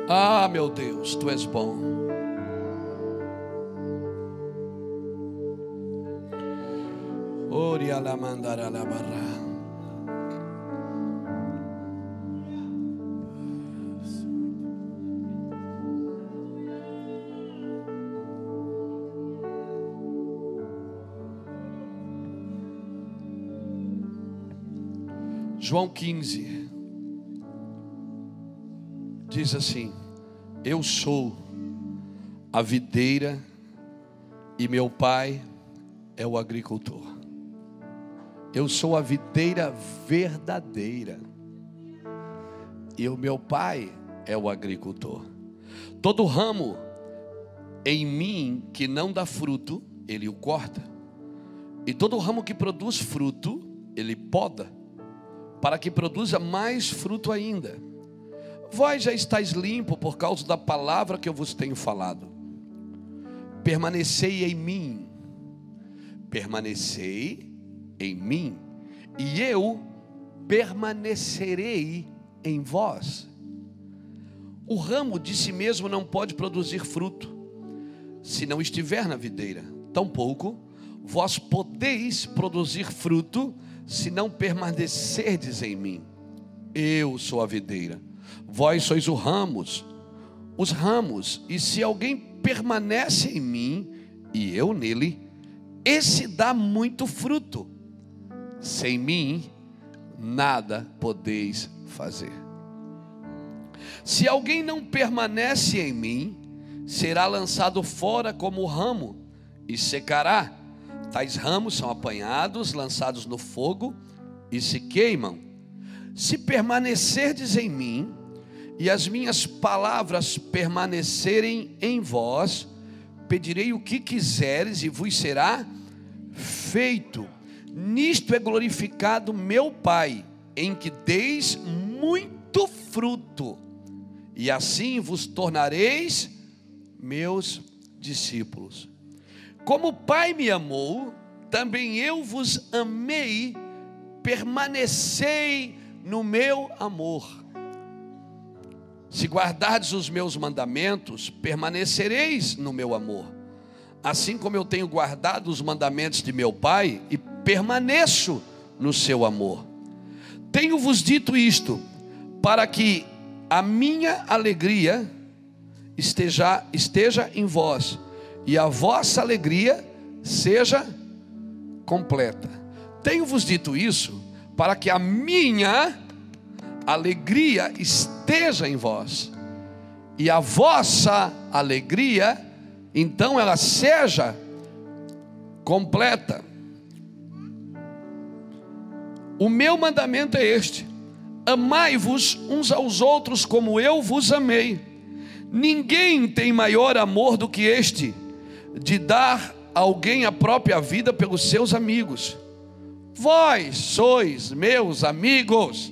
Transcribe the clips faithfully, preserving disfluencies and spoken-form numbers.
Ah, meu Deus, tu és bom. Oria la mandara la barra. João quinze diz assim: eu sou a videira e meu pai é o agricultor. Eu sou a videira verdadeira e o meu pai é o agricultor. Todo ramo em mim que não dá fruto, ele o corta, e todo ramo que produz fruto, ele poda, para que produza mais fruto ainda. Vós já estáis limpo por causa da palavra que eu vos tenho falado. Permanecei em mim, permanecei em mim, e eu permanecerei em vós. O ramo de si mesmo não pode produzir fruto, se não estiver na videira. Tampouco vós podeis produzir fruto, se não permanecerdes em mim. Eu sou a videira, vós sois os ramos, os ramos, e se alguém permanece em mim e eu nele, esse dá muito fruto. Sem mim nada podeis fazer. Se alguém não permanece em mim, será lançado fora como ramo e secará. Tais ramos são apanhados, lançados no fogo e se queimam. Se permanecerdes em mim e as minhas palavras permanecerem em vós, pedirei o que quiseres e vos será feito. Nisto é glorificado meu Pai, em que deis muito fruto, e assim vos tornareis meus discípulos. Como o Pai me amou, também eu vos amei, permanecei no meu amor. Se guardardes os meus mandamentos, permanecereis no meu amor, assim como eu tenho guardado os mandamentos de meu Pai e permaneço no seu amor. Tenho-vos dito isto, para que a minha alegria esteja, esteja em vós, e a vossa alegria seja completa. Tenho-vos dito isso, para que a minha alegria esteja em vós, e a vossa alegria, então, ela seja completa. O meu mandamento é este: amai-vos uns aos outros como eu vos amei. Ninguém tem maior amor do que este, de dar a alguém a própria vida pelos seus amigos. Vós sois meus amigos,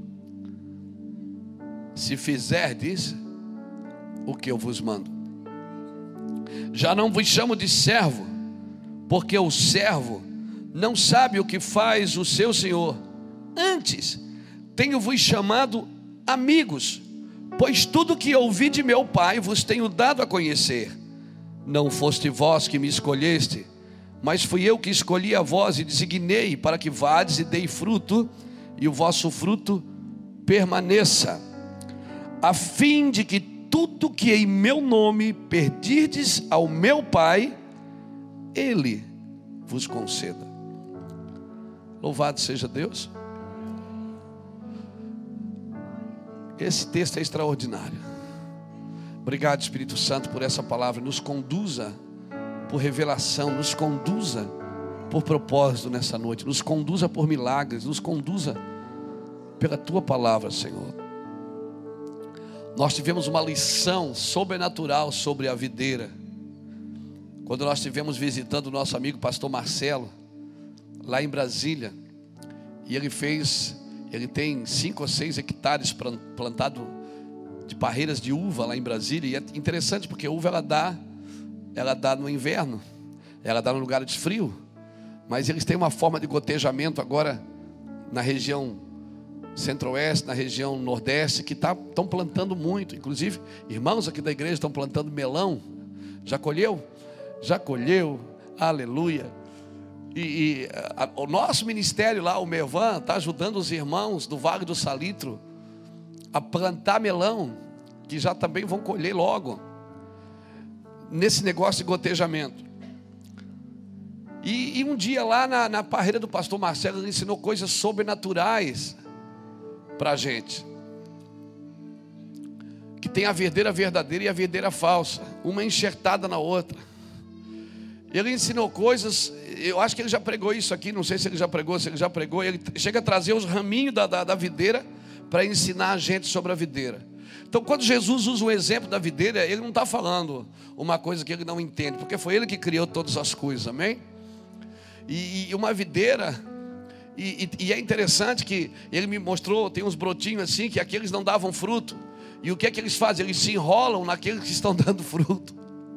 se fizerdes o que eu vos mando. Já não vos chamo de servo, porque o servo não sabe o que faz o seu senhor. Antes, tenho-vos chamado amigos, pois tudo que ouvi de meu Pai vos tenho dado a conhecer. Não foste vós que me escolheste, mas fui eu que escolhi a vós e designei para que vades e dei fruto, e o vosso fruto permaneça, a fim de que tudo que em meu nome pedirdes ao meu Pai, Ele vos conceda. Louvado seja Deus. Esse texto é extraordinário. Obrigado, Espírito Santo, por essa palavra. Nos conduza por revelação, nos conduza por propósito nessa noite, nos conduza por milagres, nos conduza pela Tua palavra, Senhor. Nós tivemos uma lição sobrenatural sobre a videira, quando nós estivemos visitando o nosso amigo pastor Marcelo, lá em Brasília. E ele fez, ele tem cinco ou seis hectares plantado de parreiras de uva lá em Brasília. E é interessante porque a uva ela dá, ela dá no inverno, ela dá no lugar de frio, mas eles têm uma forma de gotejamento agora na região centro-oeste, na região nordeste, que estão tá, plantando muito. Inclusive, irmãos aqui da igreja estão plantando melão. Já colheu? Já colheu, aleluia. E, e a, o nosso ministério lá, o Mervan, está ajudando os irmãos do Vale do Salitro a plantar melão, que já também vão colher logo, nesse negócio de gotejamento. E, e um dia lá na, na parreira do pastor Marcelo, ele ensinou coisas sobrenaturais para a gente, que tem a verdadeira verdadeira e a verdadeira falsa, uma enxertada na outra. Ele ensinou coisas, eu acho que ele já pregou isso aqui, não sei se ele já pregou, se ele já pregou. Ele chega a trazer os raminhos da, da, da videira para ensinar a gente sobre a videira. Então, quando Jesus usa o exemplo da videira, ele não está falando uma coisa que ele não entende, porque foi ele que criou todas as coisas, amém? E, e uma videira, e, e, e é interessante que ele me mostrou, tem uns brotinhos assim, que aqueles não davam fruto. E o que é que eles fazem? Eles se enrolam naqueles que estão dando fruto.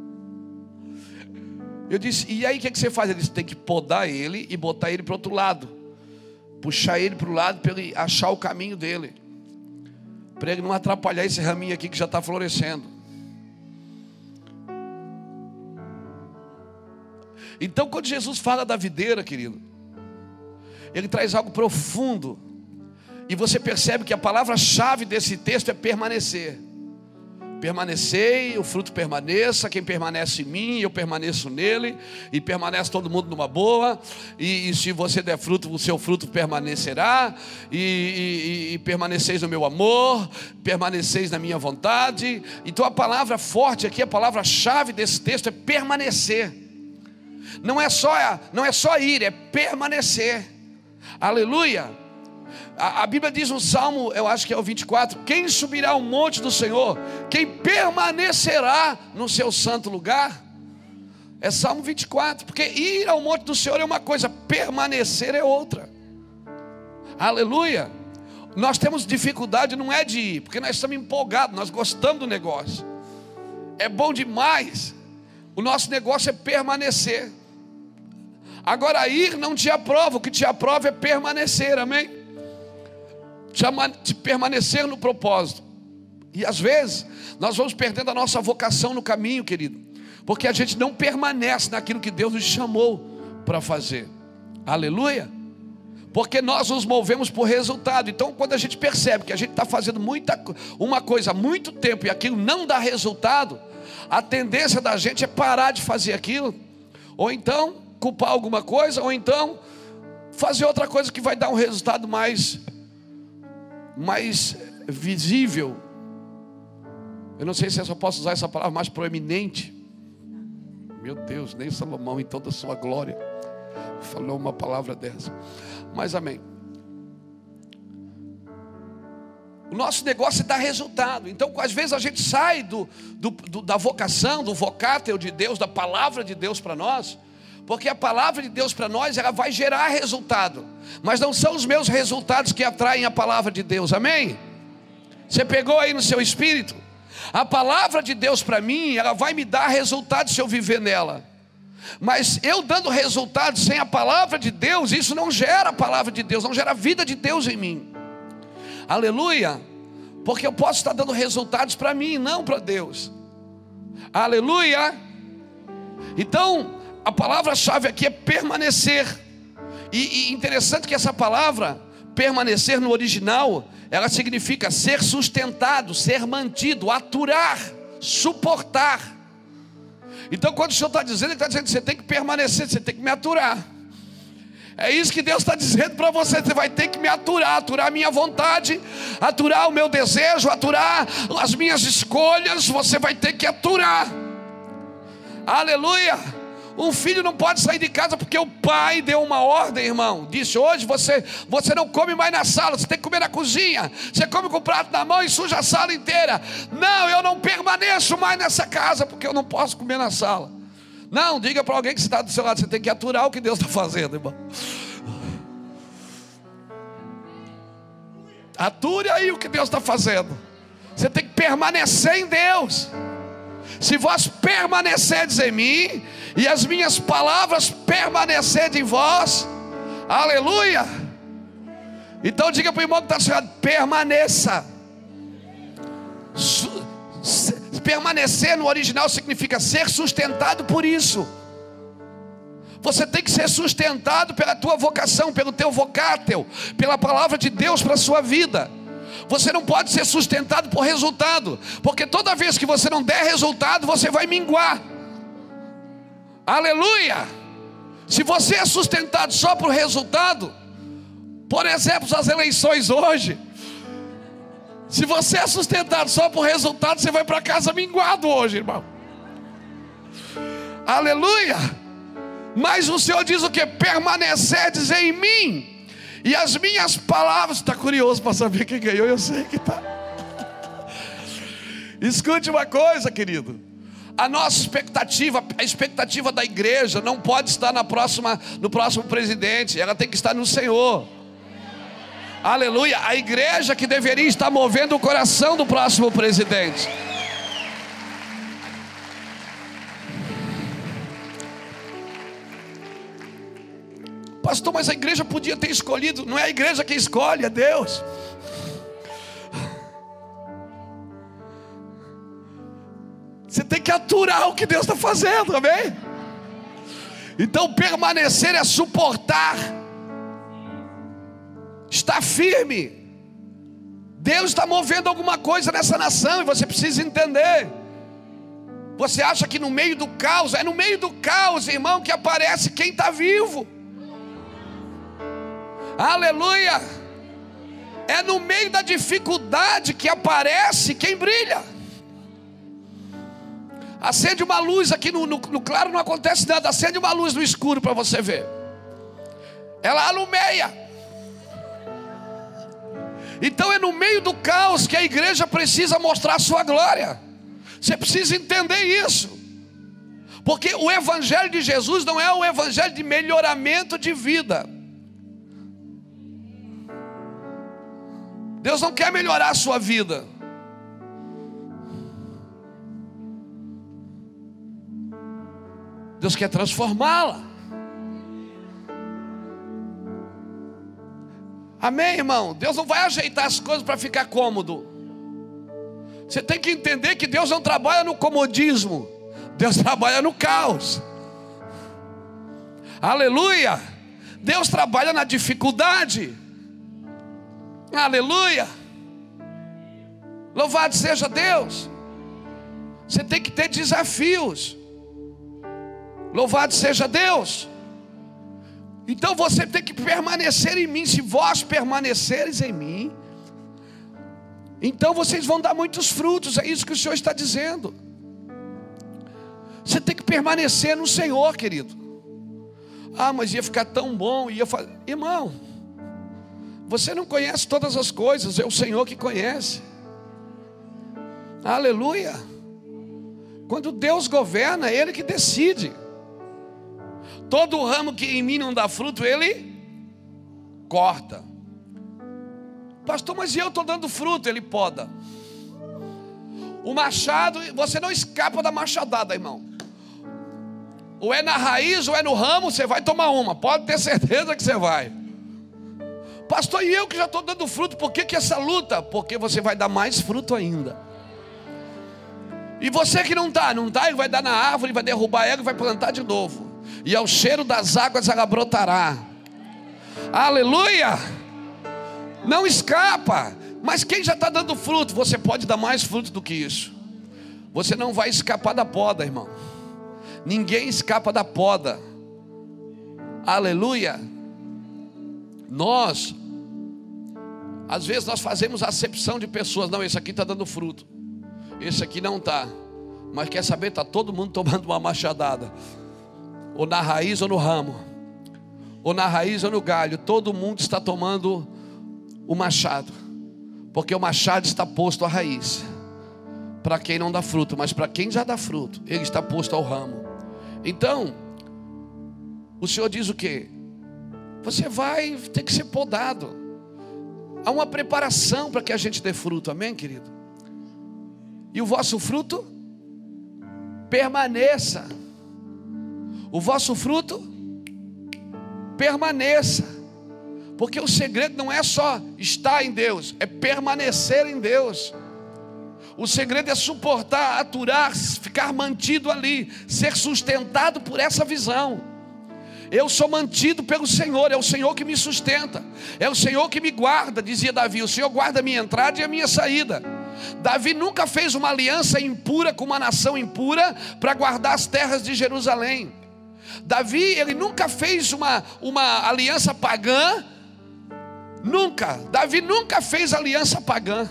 Eu disse, e aí o que é que você faz? Eles têm que podar ele e botar ele para o outro lado, puxar ele para o lado para ele achar o caminho dele, para ele não atrapalhar esse raminho aqui que já está florescendo. Então, quando Jesus fala da videira, querido, ele traz algo profundo. E você percebe que a palavra-chave desse texto é permanecer. Permanecei, o fruto permaneça. Quem permanece em mim, eu permaneço nele. E permanece todo mundo numa boa. E, e se você der fruto, o seu fruto permanecerá. E, e, e permaneceis no meu amor. Permaneceis na minha vontade. Então a palavra forte aqui, a palavra-chave desse texto é permanecer. Não é só, não é só ir, é permanecer. Aleluia. A, a Bíblia diz no Salmo, eu acho que é o vinte e quatro: quem subirá ao monte do Senhor? Quem permanecerá no seu santo lugar? É Salmo vinte e quatro. Porque ir ao monte do Senhor é uma coisa, permanecer é outra. Aleluia. Nós temos dificuldade, não é de ir, porque nós estamos empolgados, nós gostamos do negócio, é bom demais. O nosso negócio é permanecer. Agora, ir não te aprova, o que te aprova é permanecer, amém? De permanecer no propósito. E às vezes nós vamos perdendo a nossa vocação no caminho, querido, porque a gente não permanece naquilo que Deus nos chamou para fazer. Aleluia. Porque nós nos movemos por resultado. Então, quando a gente percebe que a gente está fazendo muita, uma coisa há muito tempo e aquilo não dá resultado, a tendência da gente é parar de fazer aquilo, ou então culpar alguma coisa, ou então fazer outra coisa que vai dar um resultado mais, mais visível. Eu não sei se eu só posso usar essa palavra, mais proeminente. Meu Deus, nem Salomão em toda a sua glória falou uma palavra dessa. Mas amém. O nosso negócio é dar resultado. Então, às vezes a gente sai do, do, do, da vocação, do vocátil de Deus, da palavra de Deus para nós, porque a palavra de Deus para nós, ela vai gerar resultado, mas não são os meus resultados que atraem a palavra de Deus, amém? Você pegou aí no seu espírito? A palavra de Deus para mim, ela vai me dar resultado se eu viver nela, mas eu dando resultado sem a palavra de Deus, isso não gera a palavra de Deus, não gera a vida de Deus em mim. Aleluia. Porque eu posso estar dando resultados para mim, não para Deus. Aleluia. Então a palavra-chave aqui é permanecer. E, e interessante que essa palavra permanecer no original, ela significa ser sustentado, ser mantido, aturar, suportar. Então quando o Senhor está dizendo, Ele está dizendo que você tem que permanecer, você tem que me aturar. É isso que Deus está dizendo para você. Você vai ter que me aturar, aturar a minha vontade, aturar o meu desejo, aturar as minhas escolhas. Você vai ter que aturar. Aleluia. Um filho não pode sair de casa porque o pai deu uma ordem, irmão. Disse: hoje você, você não come mais na sala, você tem que comer na cozinha. Você come com o prato na mão e suja a sala inteira. Não, eu não permaneço mais nessa casa porque eu não posso comer na sala. Não, diga para alguém que está do seu lado: você tem que aturar o que Deus está fazendo, irmão. Ature aí o que Deus está fazendo. Você tem que permanecer em Deus. Se vós permanecerdes em mim e as minhas palavras permanecerem em vós, aleluia. Então diga para o irmão que está chegando: permaneça. Su- Permanecer no original significa ser sustentado por isso. Você tem que ser sustentado pela tua vocação, pelo teu vocátil, pela palavra de Deus para a sua vida. Você não pode ser sustentado por resultado, porque toda vez que você não der resultado, você vai minguar. Aleluia! Se você é sustentado só por resultado, por exemplo, as eleições hoje, se você é sustentado só por resultado, você vai para casa minguado hoje, irmão. Aleluia! Mas o Senhor diz o que? Permanecedes em mim, e as minhas palavras. Está curioso para saber quem ganhou? Eu sei que está. Escute uma coisa, querido. A nossa expectativa, a expectativa da igreja não pode estar na próxima, no próximo presidente. Ela tem que estar no Senhor. Aleluia. A igreja que deveria estar movendo o coração do próximo presidente. Pastor, mas a igreja podia ter escolhido. Não é a igreja que escolhe, é Deus. Você tem que aturar o que Deus está fazendo, amém? Então permanecer é suportar, estar firme. Deus está movendo alguma coisa nessa nação e você precisa entender. Você acha que no meio do caos, é no meio do caos, irmão, que aparece quem está vivo. Aleluia. É no meio da dificuldade que aparece quem brilha. Acende uma luz aqui no, no, no claro, não acontece nada. Acende uma luz no escuro para você ver. Ela alumeia. Então é no meio do caos que a igreja precisa mostrar a sua glória. Você precisa entender isso. Porque o evangelho de Jesus não é um evangelho de melhoramento de vida. Deus não quer melhorar a sua vida. Deus quer transformá-la. Amém, irmão? Deus não vai ajeitar as coisas para ficar cômodo. Você tem que entender que Deus não trabalha no comodismo. Deus trabalha no caos. Aleluia. Deus trabalha na dificuldade. Aleluia. Louvado seja Deus. Você tem que ter desafios. Louvado seja Deus. Então você tem que permanecer em mim. Se vós permaneceres em mim, então vocês vão dar muitos frutos. É isso que o Senhor está dizendo. Você tem que permanecer no Senhor, querido. Ah, mas ia ficar tão bom, ia fazer. Irmão, você não conhece todas as coisas, é o Senhor que conhece. Aleluia. Quando Deus governa, é Ele que decide. Todo ramo que em mim não dá fruto, Ele corta. Pastor, mas eu estou dando fruto, Ele poda. O machado, você não escapa da machadada, irmão. Ou é na raiz ou é no ramo, você vai tomar uma. Pode ter certeza que você vai. Pastor, e eu que já estou dando fruto, por que que essa luta? Porque você vai dar mais fruto ainda. E você que não está, não está, ele vai dar na árvore, vai derrubar ela e vai plantar de novo. E ao cheiro das águas ela brotará. Aleluia. Não escapa. Mas quem já está dando fruto, você pode dar mais fruto do que isso. Você não vai escapar da poda, irmão. Ninguém escapa da poda. Aleluia. Nós, às vezes nós fazemos acepção de pessoas. Não, esse aqui está dando fruto, esse aqui não está. Mas quer saber, está todo mundo tomando uma machadada. Ou na raiz ou no ramo. Ou na raiz ou no galho. Todo mundo está tomando o machado. Porque o machado está posto à raiz. Para quem não dá fruto. Mas para quem já dá fruto, ele está posto ao ramo. Então, o Senhor diz o quê? Você vai ter que ser podado. Há uma preparação para que a gente dê fruto, amém, querido? E o vosso fruto permaneça. O vosso fruto permaneça. Porque o segredo não é só estar em Deus, é permanecer em Deus. O segredo é suportar, aturar, ficar mantido ali, ser sustentado por essa visão. Eu sou mantido pelo Senhor, é o Senhor que me sustenta, é o Senhor que me guarda, dizia Davi. O Senhor guarda a minha entrada e a minha saída. Davi nunca fez uma aliança impura com uma nação impura para guardar as terras de Jerusalém. Davi, ele nunca fez uma, uma aliança pagã. Nunca, Davi nunca fez aliança pagã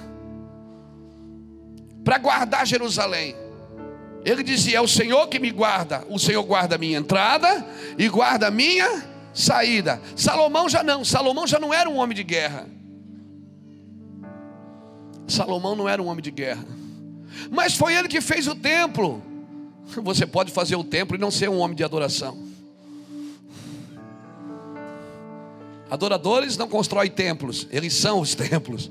para guardar Jerusalém. Ele dizia: é o Senhor que me guarda. O Senhor guarda a minha entrada e guarda a minha saída. Salomão já não, Salomão já não era um homem de guerra. Salomão não era um homem de guerra, mas foi ele que fez o templo. Você pode fazer o templo e não ser um homem de adoração. Adoradores não constroem templos, eles são os templos.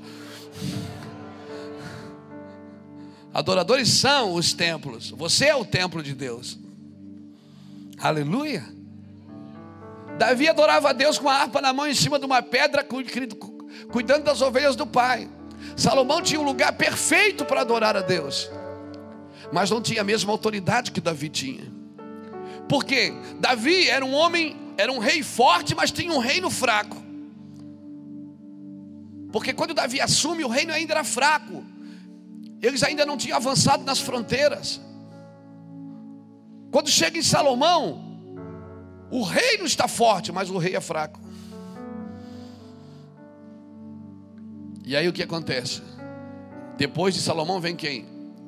Adoradores são os templos. Você é o templo de Deus. Aleluia. Davi adorava a Deus com a harpa na mão, em cima de uma pedra, cuidando das ovelhas do pai. Salomão tinha um lugar perfeito para adorar a Deus, mas não tinha a mesma autoridade que Davi tinha. Por quê? Davi era um homem, era um rei forte, mas tinha um reino fraco. Porque quando Davi assume, o reino ainda era fraco. Eles ainda não tinham avançado nas fronteiras. Quando chega em Salomão, o reino está forte, mas o rei é fraco. E aí o que acontece? Depois de Salomão vem quem?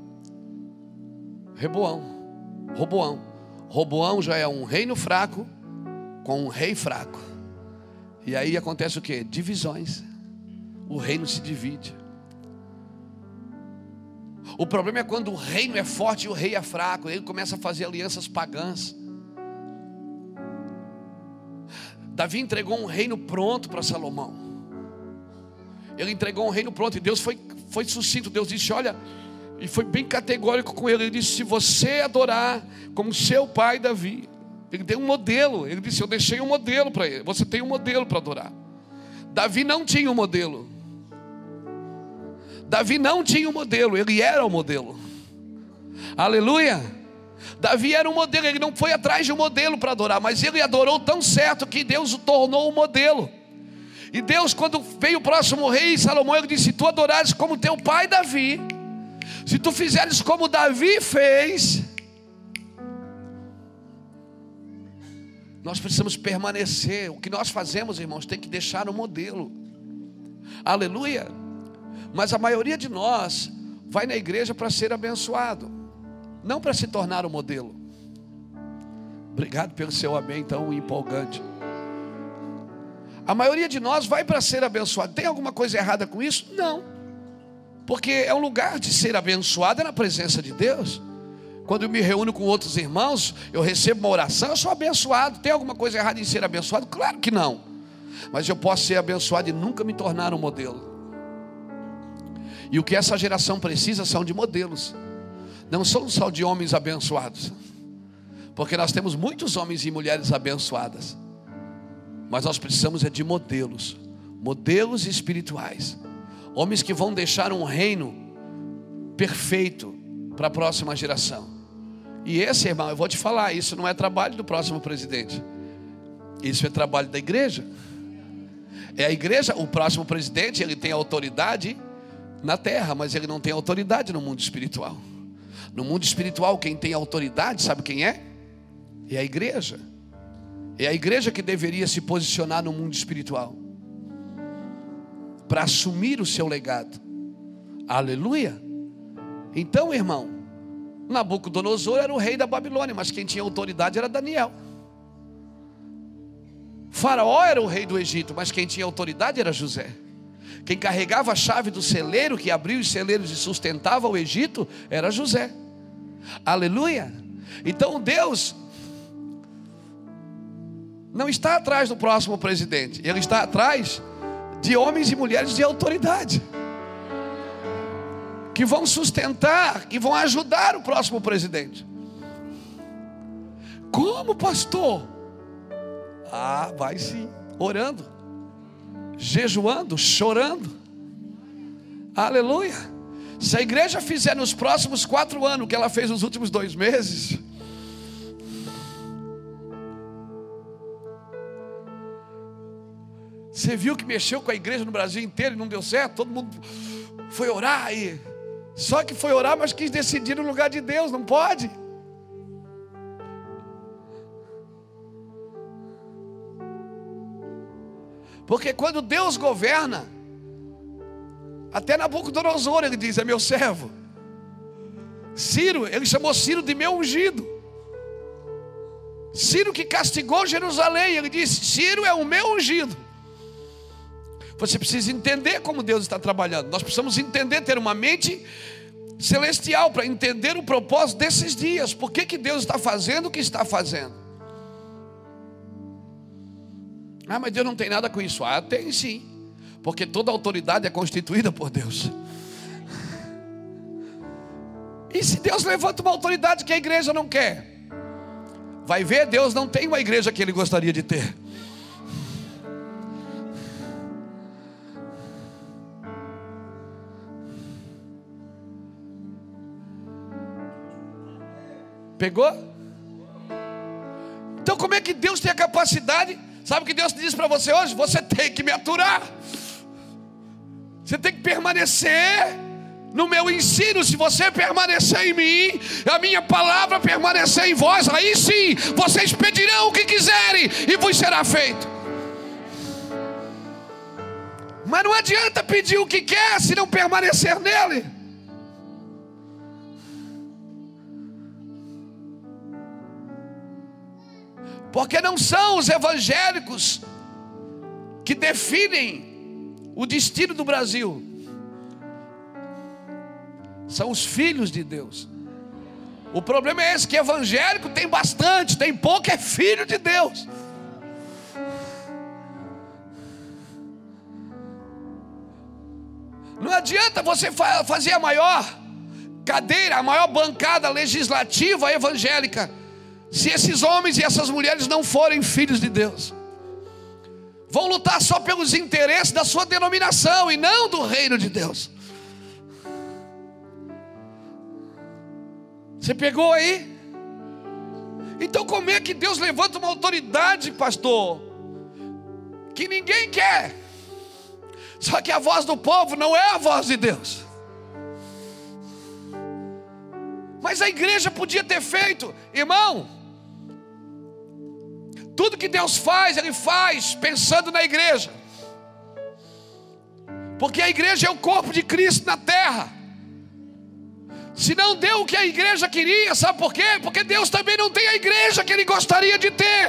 Reboão. Roboão. Roboão já é um reino fraco com um rei fraco. E aí acontece o que? Divisões. O reino se divide. O problema é quando o reino é forte e o rei é fraco. Ele começa a fazer alianças pagãs. Davi entregou um reino pronto para Salomão. Ele entregou um reino pronto. E Deus foi, foi sucinto. Deus disse: olha, e foi bem categórico com ele. Ele disse: se você adorar como seu pai Davi. Ele deu um modelo. Ele disse: eu deixei um modelo para ele. Você tem um modelo para adorar. Davi não tinha um modelo. Davi não tinha um modelo, ele era o modelo. Aleluia. Davi era um modelo, ele não foi atrás de um modelo para adorar, mas ele adorou tão certo que Deus o tornou um modelo. E Deus, quando veio o próximo rei, Salomão, ele disse: se tu adorares como teu pai Davi, se tu fizeres como Davi fez. Nós precisamos permanecer. O que nós fazemos, irmãos, tem que deixar o modelo. Aleluia. Mas a maioria de nós vai na igreja para ser abençoado, não para se tornar um modelo. Obrigado pelo seu amém tão empolgante. A maioria de nós vai para ser abençoado. Tem alguma coisa errada com isso? Não. Porque é um lugar de ser abençoado, é na presença de Deus. Quando eu me reúno com outros irmãos, eu recebo uma oração, eu sou abençoado. Tem alguma coisa errada em ser abençoado? Claro que não. Mas eu posso ser abençoado e nunca me tornar um modelo. E o que essa geração precisa são de modelos. Não são só de homens abençoados, porque nós temos muitos homens e mulheres abençoadas, mas nós precisamos é de modelos. Modelos espirituais. Homens que vão deixar um reino perfeito para a próxima geração. E esse, irmão, eu vou te falar, isso não é trabalho do próximo presidente. Isso é trabalho da igreja. É a igreja, o próximo presidente, ele tem autoridade na terra, mas ele não tem autoridade no mundo espiritual. No mundo espiritual, quem tem autoridade, sabe quem é? É a igreja. É a igreja que deveria se posicionar no mundo espiritual para assumir o seu legado. Aleluia. Então, irmão, Nabucodonosor era o rei da Babilônia, mas quem tinha autoridade era Daniel. Faraó era o rei do Egito, mas quem tinha autoridade era José. Quem carregava a chave do celeiro, que abria os celeiros e sustentava o Egito, era José. Aleluia. Então Deus não está atrás do próximo presidente, Ele está atrás de homens e mulheres de autoridade, que vão sustentar, que vão ajudar o próximo presidente. Como, pastor? Ah, vai sim, orando. jejuando, chorando. Aleluia. Se a igreja fizer nos próximos quatro anos o que ela fez nos últimos dois meses, você viu que mexeu com a igreja no Brasil inteiro e não deu certo? Todo mundo foi orar e... Só que foi orar, mas quis decidir no lugar de Deus. Não pode. Porque quando Deus governa, até Nabucodonosor ele diz: é meu servo. Ciro, ele chamou Ciro de meu ungido. Ciro que castigou Jerusalém, ele disse: Ciro é o meu ungido. Você precisa entender como Deus está trabalhando. Nós precisamos entender, ter uma mente celestial para entender o propósito desses dias. Por que que Deus está fazendo o que está fazendo? Ah, mas Deus não tem nada com isso. Ah, tem sim. Porque toda autoridade é constituída por Deus. E se Deus levanta uma autoridade que a igreja não quer? Vai ver, Deus não tem uma igreja que Ele gostaria de ter. Pegou? Então como é que Deus tem a capacidade? Sabe o que Deus diz para você hoje? Você tem que me aturar. Você tem que permanecer no meu ensino. Se você permanecer em mim, a minha palavra permanecer em vós, aí sim, vocês pedirão o que quiserem e vos será feito. Mas não adianta pedir o que quer se não permanecer nele. Porque não são os evangélicos que definem o destino do Brasil. São os filhos de Deus. O problema é esse, que evangélico tem bastante, tem pouco é filho de Deus. Não adianta você fazer a maior cadeira, a maior bancada legislativa evangélica, se esses homens e essas mulheres não forem filhos de Deus. Vão lutar só pelos interesses da sua denominação e não do reino de Deus. Você pegou aí? Então como é que Deus levanta uma autoridade, pastor, que ninguém quer? Só que a voz do povo não é a voz de Deus. Mas a igreja podia ter feito, irmão. Tudo que Deus faz, Ele faz pensando na igreja. Porque a igreja é o corpo de Cristo na terra. Se não deu o que a igreja queria, sabe por quê? Porque Deus também não tem a igreja que Ele gostaria de ter.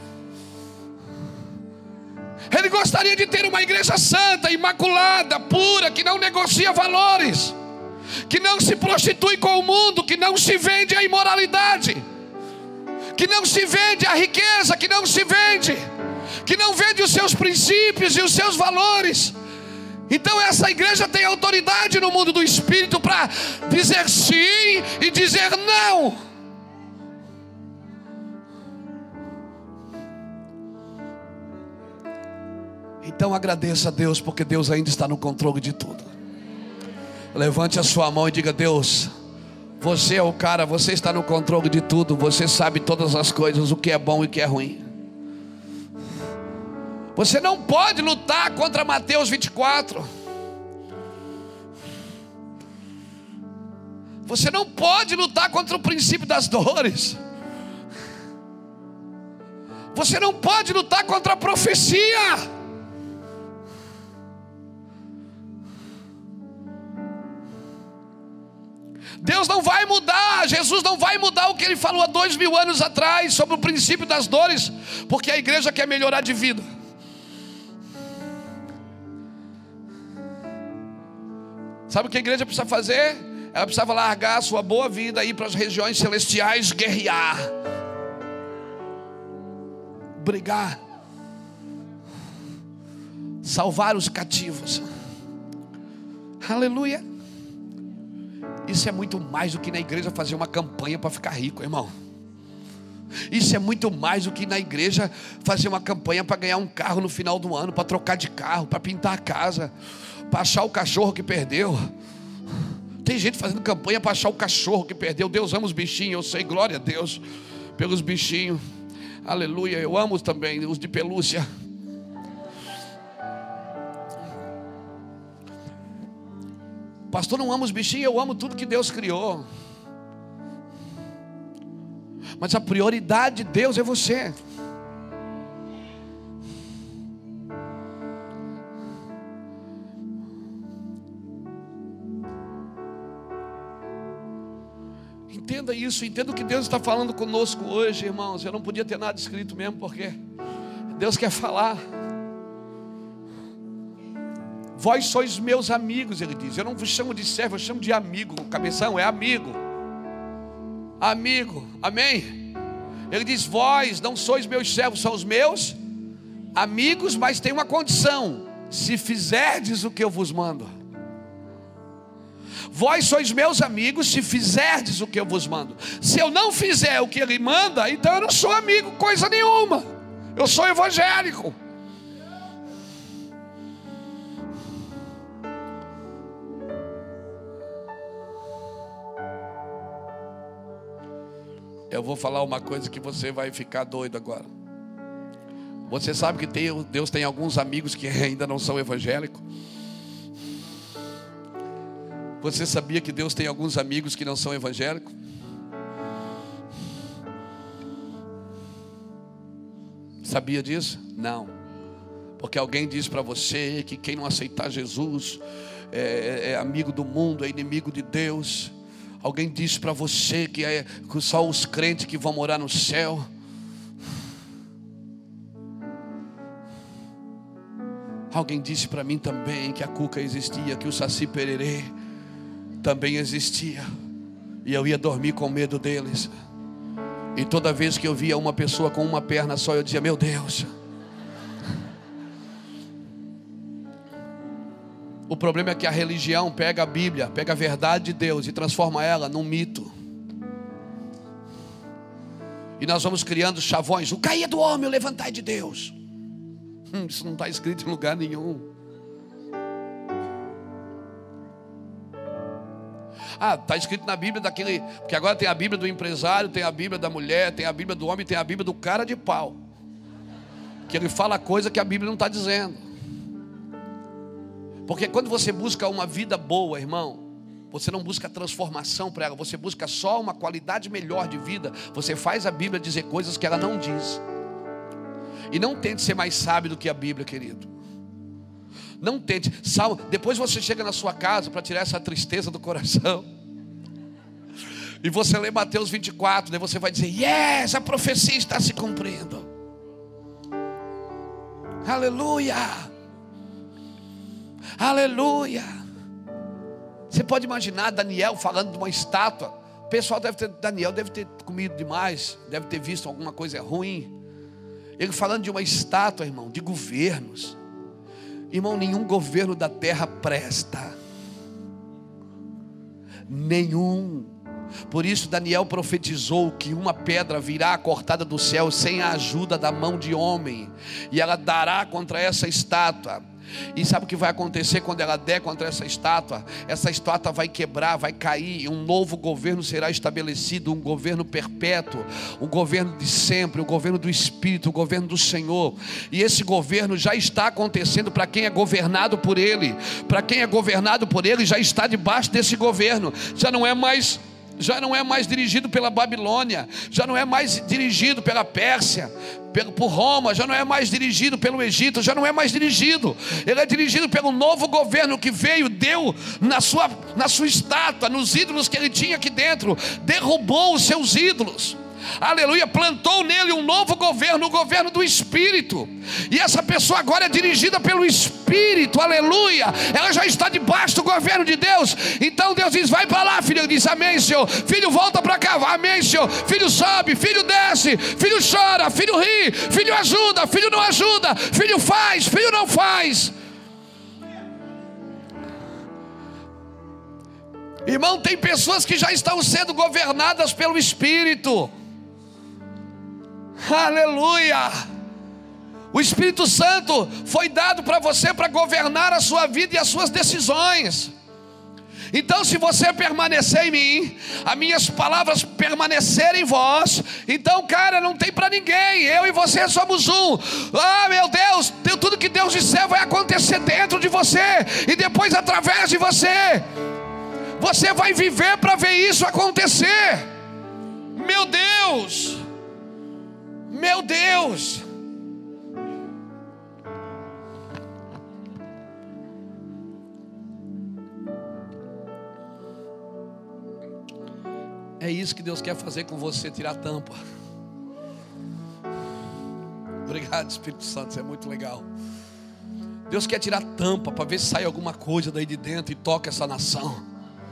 Ele gostaria de ter uma igreja santa, imaculada, pura, que não negocia valores, que não se prostitui com o mundo, que não se vende a imoralidade, que não se vende a riqueza, que não se vende, que não vende os seus princípios e os seus valores. Então essa igreja tem autoridade no mundo do Espírito para dizer sim e dizer não. Então agradeça a Deus, porque Deus ainda está no controle de tudo. Levante a sua mão e diga: Deus, você é o cara, você está no controle de tudo. Você sabe todas as coisas, o que é bom e o que é ruim. Você não pode lutar contra Mateus vinte e quatro. Você não pode lutar contra o princípio das dores. Você não pode lutar contra a profecia. Deus não vai mudar, Jesus não vai mudar o que Ele falou há dois mil anos atrás sobre o princípio das dores, porque a igreja quer melhorar de vida. Sabe o que a igreja precisa fazer? Ela precisava largar a sua boa vida e ir para as regiões celestiais, guerrear, brigar, salvar os cativos. Aleluia. Isso é muito mais do que na igreja fazer uma campanha para ficar rico, irmão. Isso é muito mais do que ir na igreja fazer uma campanha para ganhar um carro no final do ano, para trocar de carro, para pintar a casa, para achar o cachorro que perdeu. Tem gente fazendo campanha para achar o cachorro que perdeu. Deus ama os bichinhos, eu sei, glória a Deus pelos bichinhos. Aleluia, eu amo também os de pelúcia. Pastor, não amo os bichinhos, eu amo tudo que Deus criou. Mas a prioridade de Deus é você. Entenda isso, entenda o que Deus está falando conosco hoje, irmãos. Eu não podia ter nada escrito mesmo, porque Deus quer falar. Vós sois meus amigos, ele diz. Eu não vos chamo de servo, eu chamo de amigo. Cabeção é amigo. Amigo, amém? Ele diz: vós não sois meus servos, são os meus amigos, mas tem uma condição: se fizerdes o que eu vos mando. Vós sois meus amigos se fizerdes o que eu vos mando. Se eu não fizer o que ele manda, então eu não sou amigo coisa nenhuma. Eu sou evangélico. Eu vou falar uma coisa que você vai ficar doido agora. Você sabe que tem, Deus tem alguns amigos que ainda não são evangélicos? Você sabia que Deus tem alguns amigos que não são evangélicos? Sabia disso? Não. Porque alguém diz para você que quem não aceitar Jesus é, é amigo do mundo, é inimigo de Deus. Alguém disse para você que, é, que só os crentes que vão morar no céu. Alguém disse para mim também que a cuca existia, que o saci pererê também existia. E eu ia dormir com medo deles. E toda vez que eu via uma pessoa com uma perna só, eu dizia: meu Deus. O problema é que a religião pega a Bíblia, pega a verdade de Deus e transforma ela num mito. E nós vamos criando chavões: o cair do homem, o levantar de Deus. Hum, isso não está escrito em lugar nenhum. Ah, está escrito na Bíblia daquele... Porque agora tem a Bíblia do empresário, tem a Bíblia da mulher, tem a Bíblia do homem, tem a Bíblia do cara de pau, que ele fala coisa que a Bíblia não está dizendo. Porque quando você busca uma vida boa, irmão, você não busca transformação para ela, você busca só uma qualidade melhor de vida. Você faz a Bíblia dizer coisas que ela não diz. E não tente ser mais sábio do que a Bíblia, querido. Não tente. Salmo. Depois você chega na sua casa para tirar essa tristeza do coração, e você lê Mateus vinte e quatro, daí você vai dizer: yes, a profecia está se cumprindo. Aleluia. Aleluia. Você pode imaginar Daniel falando de uma estátua. O pessoal deve ter, Daniel deve ter comido demais, deve ter visto alguma coisa ruim. Ele falando de uma estátua, irmão, de governos. Irmão, nenhum governo da terra presta. Nenhum. Por isso Daniel profetizou que uma pedra virá cortada do céu sem a ajuda da mão de homem, e ela dará contra essa estátua. E sabe o que vai acontecer quando ela der contra essa estátua? Essa estátua vai quebrar, vai cair, e um novo governo será estabelecido, um governo perpétuo, um governo de sempre, o governo do Espírito, o governo do Senhor. E esse governo já está acontecendo para quem é governado por Ele. Para quem é governado por Ele, já está debaixo desse governo. Já não é mais... já não é mais dirigido pela Babilônia, já não é mais dirigido pela Pérsia, por Roma, já não é mais dirigido pelo Egito, já não é mais dirigido. Ele é dirigido pelo novo governo que veio, deu na sua, na sua estátua, nos ídolos que ele tinha aqui dentro, derrubou os seus ídolos. Aleluia, plantou nele um novo governo, o governo do Espírito. E essa pessoa agora é dirigida pelo Espírito, aleluia. Ela já está debaixo do governo de Deus. Então Deus diz: vai para lá, filho. Ele diz: amém, Senhor. Filho, volta para cá, amém, Senhor. Filho, sobe, filho, desce. Filho, chora, filho, ri. Filho, ajuda, filho, não ajuda. Filho, faz, filho, não faz. Irmão, tem pessoas que já estão sendo governadas pelo Espírito. Aleluia! O Espírito Santo foi dado para você para governar a sua vida e as suas decisões. Então, se você permanecer em mim, as minhas palavras permanecerem em vós, então, cara, não tem para ninguém. Eu e você somos um. Ah, meu Deus, tudo que Deus disser vai acontecer dentro de você e depois através de você. Você vai viver para ver isso acontecer. Meu Deus, meu Deus. É isso que Deus quer fazer com você, tirar a tampa. Obrigado, Espírito Santo, isso é muito legal. Deus quer tirar a tampa para ver se sai alguma coisa daí de dentro e toca essa nação.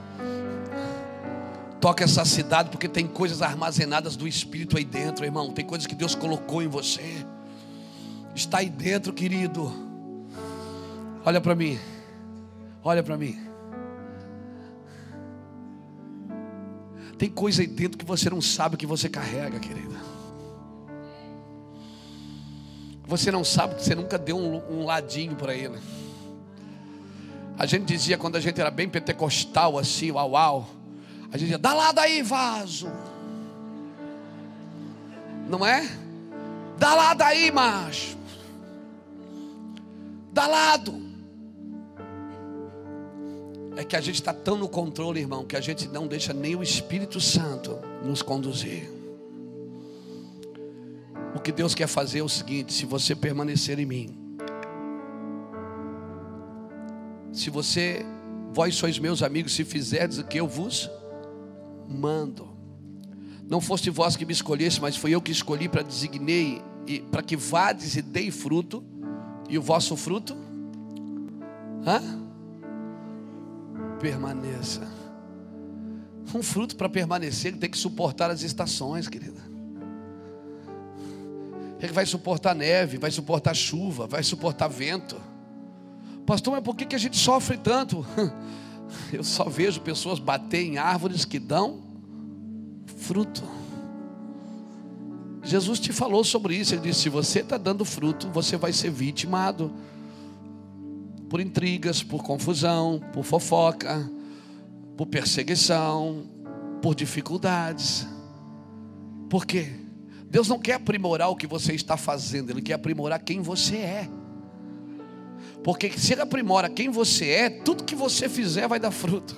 Toca essa cidade, porque tem coisas armazenadas do Espírito aí dentro, irmão. Tem coisas que Deus colocou em você. Está aí dentro, querido. Olha para mim. Olha para mim. Tem coisa aí dentro que você não sabe que você carrega, querida. Você não sabe que você nunca deu um, um ladinho para ele. A gente dizia quando a gente era bem pentecostal assim, uau, uau. A gente dizia, dá lado aí, vaso. Não é? Dá lado aí, macho. Dá lado. É que a gente está tão no controle, irmão, que a gente não deixa nem o Espírito Santo nos conduzir. O que Deus quer fazer é o seguinte: se você permanecer em mim, se você, vós sois meus amigos, se fizerdes o que eu vos mando. Não foste vós que me escolheste, mas foi eu que escolhi para designei, para que vades e dei fruto. E o vosso fruto? Hã? Permaneça. Um fruto para permanecer, ele tem que suportar as estações, querida. Ele vai suportar neve, vai suportar chuva, vai suportar vento. Pastor, mas por que que a gente sofre tanto? Eu só vejo pessoas bater em árvores que dão fruto. Jesus te falou sobre isso. Ele disse: se você está dando fruto, você vai ser vitimado por intrigas, por confusão, por fofoca, por perseguição, por dificuldades. Por quê? Deus não quer aprimorar o que você está fazendo, Ele quer aprimorar quem você é. Porque se Ele aprimora quem você é, tudo que você fizer vai dar fruto.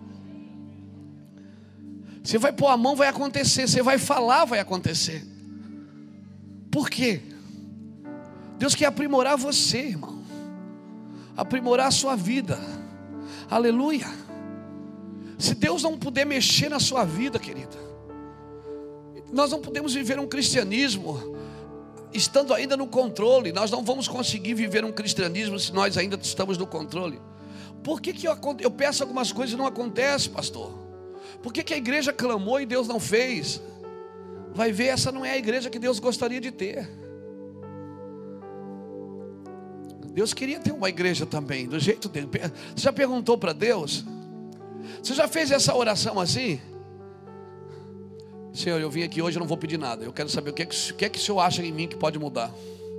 Você vai pôr a mão, vai acontecer. Você vai falar, vai acontecer. Por quê? Deus quer aprimorar você, irmão. Aprimorar a sua vida. Aleluia. Se Deus não puder mexer na sua vida, querida, nós não podemos viver um cristianismo estando ainda no controle. Nós não vamos conseguir viver um cristianismo se nós ainda estamos no controle. Por que que eu, eu peço algumas coisas e não acontece, pastor? Por que que a igreja clamou e Deus não fez? Vai ver, essa não é a igreja que Deus gostaria de ter. Deus queria ter uma igreja também, do jeito dele. Você já perguntou para Deus? Você já fez essa oração assim? Senhor, eu vim aqui hoje, eu não vou pedir nada. Eu quero saber o que é que, o que, é que o Senhor acha em mim que pode mudar.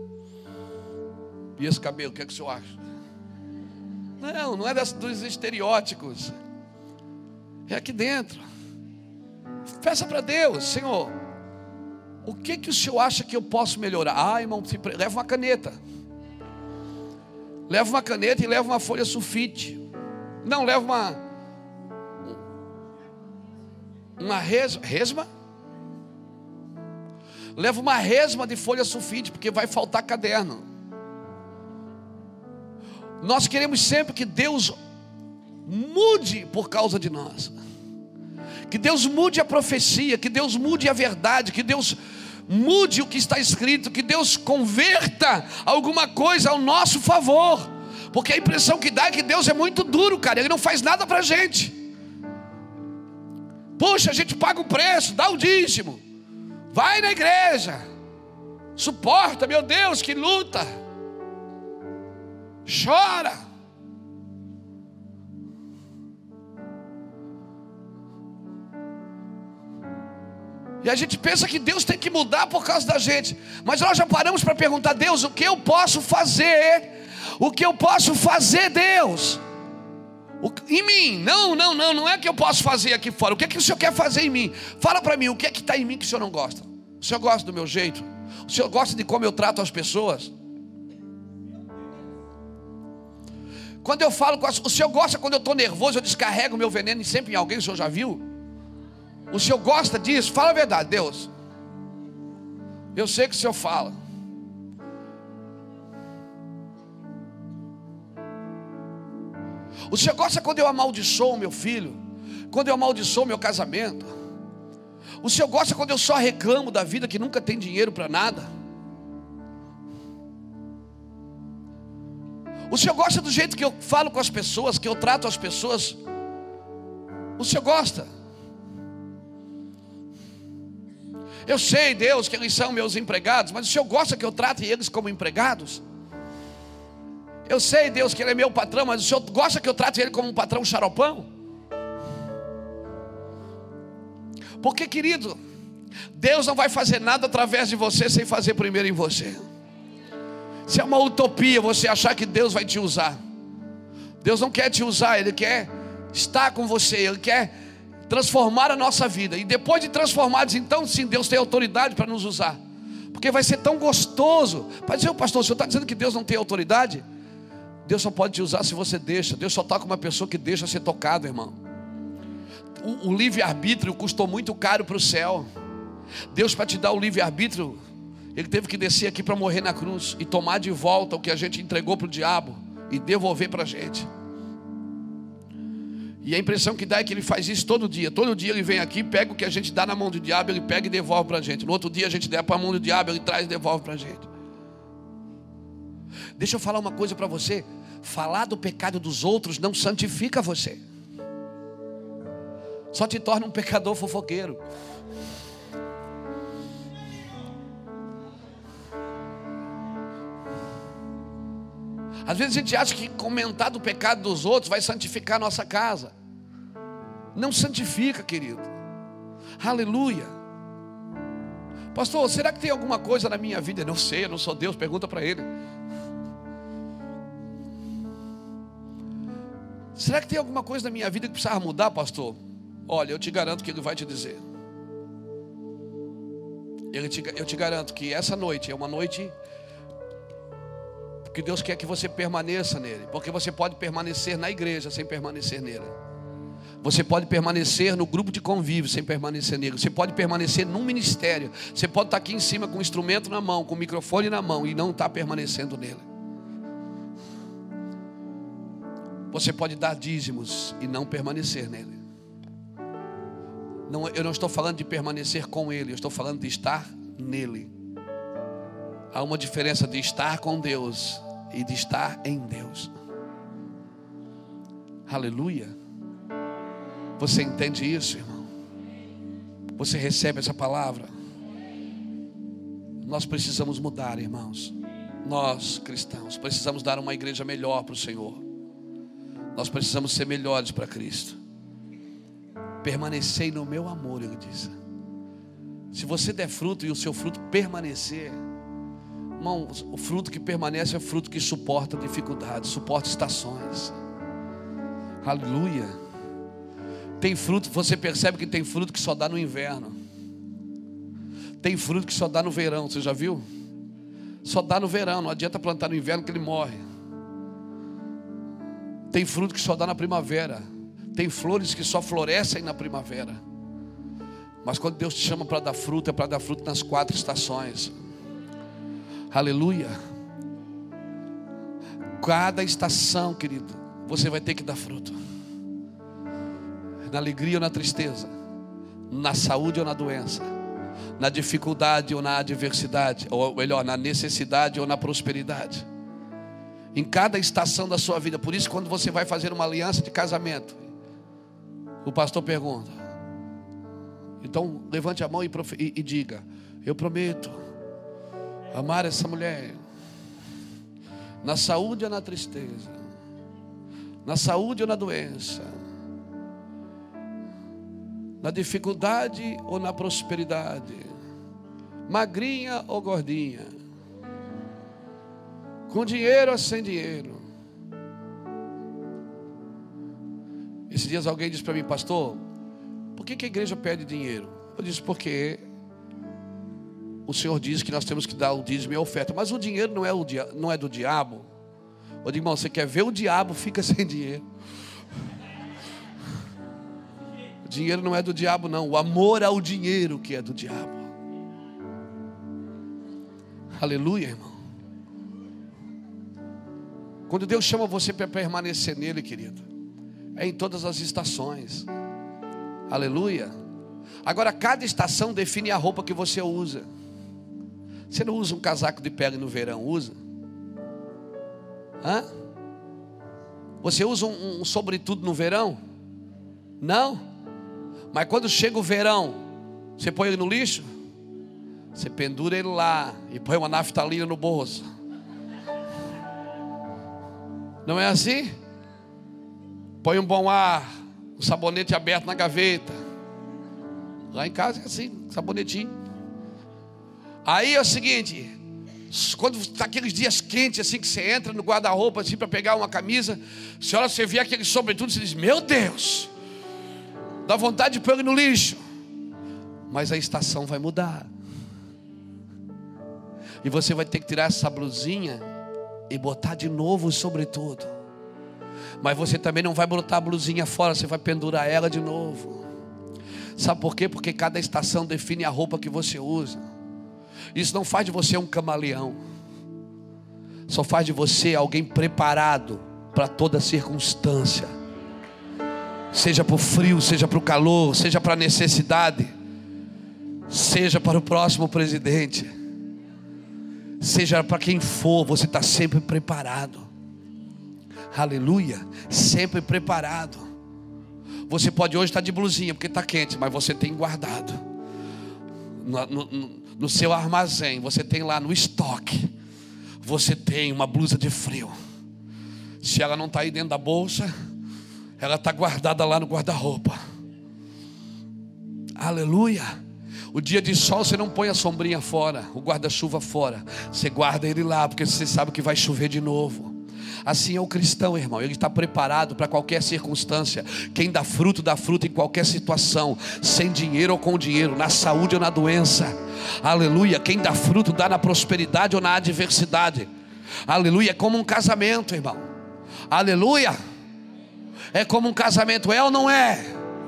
E esse cabelo, o que é que o Senhor acha? Não, não é das, dos estereótipos. É aqui dentro. Peça para Deus: Senhor, o que que o Senhor acha que eu posso melhorar? Ah, irmão, leva uma caneta. Leva uma caneta e leva uma folha sulfite. Não, leva uma Uma resma, resma? Leva uma resma de folha sulfite, porque vai faltar caderno. Nós queremos sempre que Deus mude por causa de nós. Que Deus mude a profecia, que Deus mude a verdade, que Deus mude o que está escrito, que Deus converta alguma coisa ao nosso favor. Porque a impressão que dá é que Deus é muito duro, cara. Ele não faz nada pra gente. Puxa, a gente paga o preço, dá o dízimo, vai na igreja, suporta, meu Deus, que luta, chora. E a gente pensa que Deus tem que mudar por causa da gente. Mas nós já paramos para perguntar: Deus, o que eu posso fazer? O que eu posso fazer, Deus? O, em mim, não, não, não, não é que eu posso fazer aqui fora. O que é que o Senhor quer fazer em mim? Fala para mim, o que é que está em mim que o Senhor não gosta? O Senhor gosta do meu jeito? O Senhor gosta de como eu trato as pessoas? Quando eu falo com as, o Senhor gosta quando eu estou nervoso, eu descarrego o meu veneno sempre em alguém? O Senhor já viu? O Senhor gosta disso? Fala a verdade, Deus. Eu sei que o Senhor fala. O Senhor gosta quando eu amaldiçoo meu filho, quando eu amaldiçoo meu casamento. O Senhor gosta quando eu só reclamo da vida, que nunca tem dinheiro para nada. O Senhor gosta do jeito que eu falo com as pessoas, que eu trato as pessoas. O Senhor gosta. Eu sei, Deus, que eles são meus empregados, mas o Senhor gosta que eu trate eles como empregados? Eu sei, Deus, que Ele é meu patrão, mas o Senhor gosta que eu trate Ele como um patrão xaropão? Porque, querido, Deus não vai fazer nada através de você sem fazer primeiro em você. Se é uma utopia você achar que Deus vai te usar. Deus não quer te usar, Ele quer estar com você, Ele quer transformar a nossa vida. E depois de transformados, então sim, Deus tem autoridade para nos usar. Porque vai ser tão gostoso. Para dizer, pastor, o senhor está dizendo que Deus não tem autoridade? Deus só pode te usar se você deixa. Deus só toca uma pessoa que deixa ser tocado, irmão. O, o livre-arbítrio custou muito caro para o céu. Deus, para te dar o livre-arbítrio, Ele teve que descer aqui para morrer na cruz e tomar de volta o que a gente entregou para o diabo e devolver para a gente. E a impressão que dá é que Ele faz isso todo dia. Todo dia Ele vem aqui, pega o que a gente dá na mão do diabo, Ele pega e devolve para a gente. No outro dia a gente der para a mão do diabo, Ele traz e devolve para a gente. Deixa eu falar uma coisa para você. Falar do pecado dos outros não santifica você, só te torna um pecador fofoqueiro. Às vezes a gente acha que comentar do pecado dos outros vai santificar a nossa casa. Não santifica, querido. Aleluia. Pastor, será que tem alguma coisa na minha vida? Eu não sei, eu não sou Deus, pergunta para Ele. Será que tem alguma coisa na minha vida que precisava mudar, pastor? Olha, eu te garanto que Ele vai te dizer. Ele te, eu te garanto que essa noite é uma noite que Deus quer que você permaneça nele. Porque você pode permanecer na igreja sem permanecer nele. Você pode permanecer no grupo de convívio sem permanecer nele. Você pode permanecer num ministério. Você pode estar aqui em cima com um instrumento na mão, com o microfone na mão e não estar permanecendo nele. Você pode dar dízimos e não permanecer nele. Não, eu não estou falando de permanecer com Ele, eu estou falando de estar nele. Há uma diferença de estar com Deus e de estar em Deus. Aleluia. Você entende isso, irmão? Você recebe essa palavra? Nós precisamos mudar, irmãos. Nós, cristãos, precisamos dar uma igreja melhor para o Senhor. Nós precisamos ser melhores para Cristo. Permanecei no meu amor, Ele diz. Se você der fruto e o seu fruto permanecer, irmão, o fruto que permanece é o fruto que suporta dificuldades, suporta estações. Aleluia. Tem fruto, você percebe que tem fruto que só dá no inverno. Tem fruto que só dá no verão, você já viu? Só dá no verão, não adianta plantar no inverno que ele morre. Tem fruto que só dá na primavera. Tem flores que só florescem na primavera. Mas quando Deus te chama para dar fruto, é para dar fruto nas quatro estações. Aleluia. Cada estação, querido, você vai ter que dar fruto. Na alegria ou na tristeza, na saúde ou na doença, na dificuldade ou na adversidade, ou melhor, na necessidade ou na prosperidade. Em cada estação da sua vida. Por isso, quando você vai fazer uma aliança de casamento, o pastor pergunta, então levante a mão e, e, e diga: eu prometo amar essa mulher na saúde ou na tristeza, na saúde ou na doença, Na dificuldade ou na prosperidade? Magrinha ou gordinha? Com dinheiro ou sem dinheiro? Esses dias alguém disse para mim: pastor, por que que a igreja pede dinheiro? Eu disse: porque o Senhor diz que nós temos que dar o dízimo e a oferta. Mas o dinheiro não é, o dia, não é do diabo. Eu digo: irmão, você quer ver o diabo, fica sem dinheiro. O dinheiro não é do diabo, não. O amor ao dinheiro que é do diabo. Aleluia, irmão. Quando Deus chama você para permanecer nele, querido, é em todas as estações. Aleluia. Agora, cada estação define a roupa que você usa. Você não usa um casaco de pele no verão, usa? Hã? Você usa um, um sobretudo no verão? Não? Mas quando chega o verão, você põe ele no lixo? Você pendura ele lá e põe uma naftalina no bolso. Não é assim? Põe um bom ar, um sabonete aberto na gaveta. Lá em casa é assim, sabonetinho. Aí é o seguinte, quando está aqueles dias quentes assim, que você entra no guarda-roupa assim para pegar uma camisa, você olha, você vê aquele sobretudo, você diz: meu Deus, dá vontade de pôr ele no lixo. Mas a estação vai mudar. E você vai ter que tirar essa blusinha e botar de novo o sobretudo. Mas você também não vai botar a blusinha fora, você vai pendurar ela de novo. Sabe por quê? Porque cada estação define a roupa que você usa. Isso não faz de você um camaleão. Só faz de você alguém preparado para toda circunstância. Seja para o frio, seja para o calor, seja para a necessidade, seja para o próximo presidente, seja para quem for, você está sempre preparado. Aleluia, sempre preparado. Você pode hoje estar de blusinha porque está quente, mas você tem guardado no, no, no seu armazém, você tem lá no estoque, você tem uma blusa de frio. Se ela não está aí dentro da bolsa, ela está guardada lá no guarda-roupa. Aleluia. O dia de sol você não põe a sombrinha fora, o guarda-chuva fora, você guarda ele lá, porque você sabe que vai chover de novo. Assim é o cristão, irmão. Ele está preparado para qualquer circunstância. Quem dá fruto, dá fruto em qualquer situação, sem dinheiro ou com dinheiro, na saúde ou na doença. Aleluia. Quem dá fruto, dá na prosperidade ou na adversidade. Aleluia. É como um casamento, irmão. Aleluia. É como um casamento, é ou não é?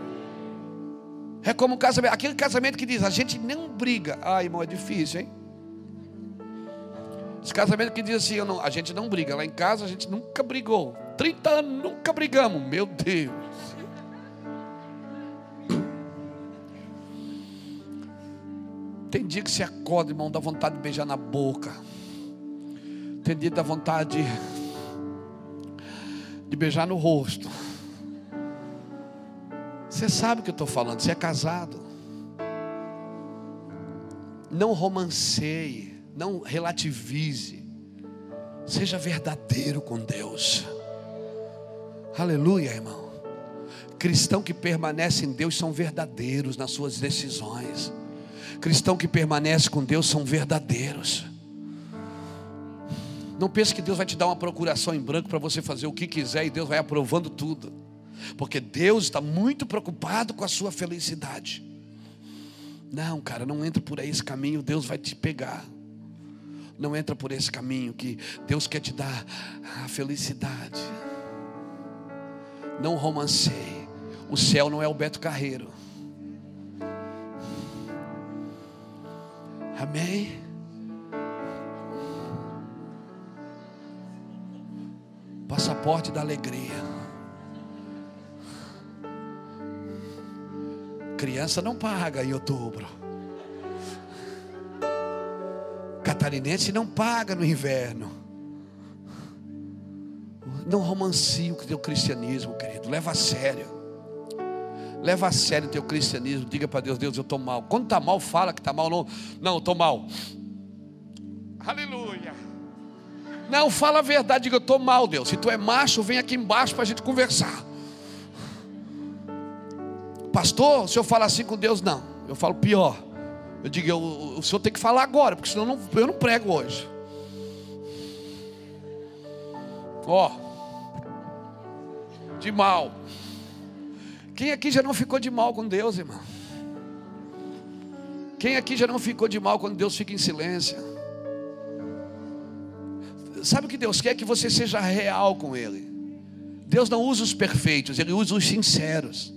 É como um casamento. Aquele casamento que diz: a gente não briga. Ah, irmão, é difícil, hein? Esse casamento que diz assim: eu não, a gente não briga. Lá em casa a gente nunca brigou. trinta anos, nunca brigamos. Meu Deus. Tem dia que você acorda, irmão, dá vontade de beijar na boca. Tem dia que dá vontade de, de beijar no rosto. Você sabe o que eu estou falando. Você é casado. Não romanceie. Não relativize. Seja verdadeiro com Deus. Aleluia, irmão. Cristão que permanece em Deus são verdadeiros nas suas decisões. Cristão que permanece com Deus são verdadeiros. Não pense que Deus vai te dar uma procuração em branco para você fazer o que quiser e Deus vai aprovando tudo. Porque Deus está muito preocupado com a sua felicidade. Não, cara, não entra por aí esse caminho, Deus vai te pegar. Não entra por esse caminho que Deus quer te dar a felicidade. Não romanceie. O céu não é o Beto Carreiro. Amém? Passaporte da alegria. Criança não paga em outubro. Catarinense não paga no inverno. Não romancie o teu cristianismo, querido. Leva a sério. Leva a sério o teu cristianismo. Diga para Deus: Deus, eu estou mal. Quando está mal, fala que está mal. Não, não, eu estou mal. Aleluia. Não, fala a verdade. Diga: eu estou mal, Deus. Se tu é macho, vem aqui embaixo para a gente conversar. Pastor, o senhor fala assim com Deus? Não, eu falo pior. Eu digo, eu, o senhor tem que falar agora, porque senão eu não, eu não prego hoje. Ó, oh, de mal. Quem aqui já não ficou de mal com Deus, irmão? Quem aqui já não ficou de mal quando Deus fica em silêncio? Sabe o que Deus quer? Que você seja real com Ele. Deus não usa os perfeitos, Ele usa os sinceros.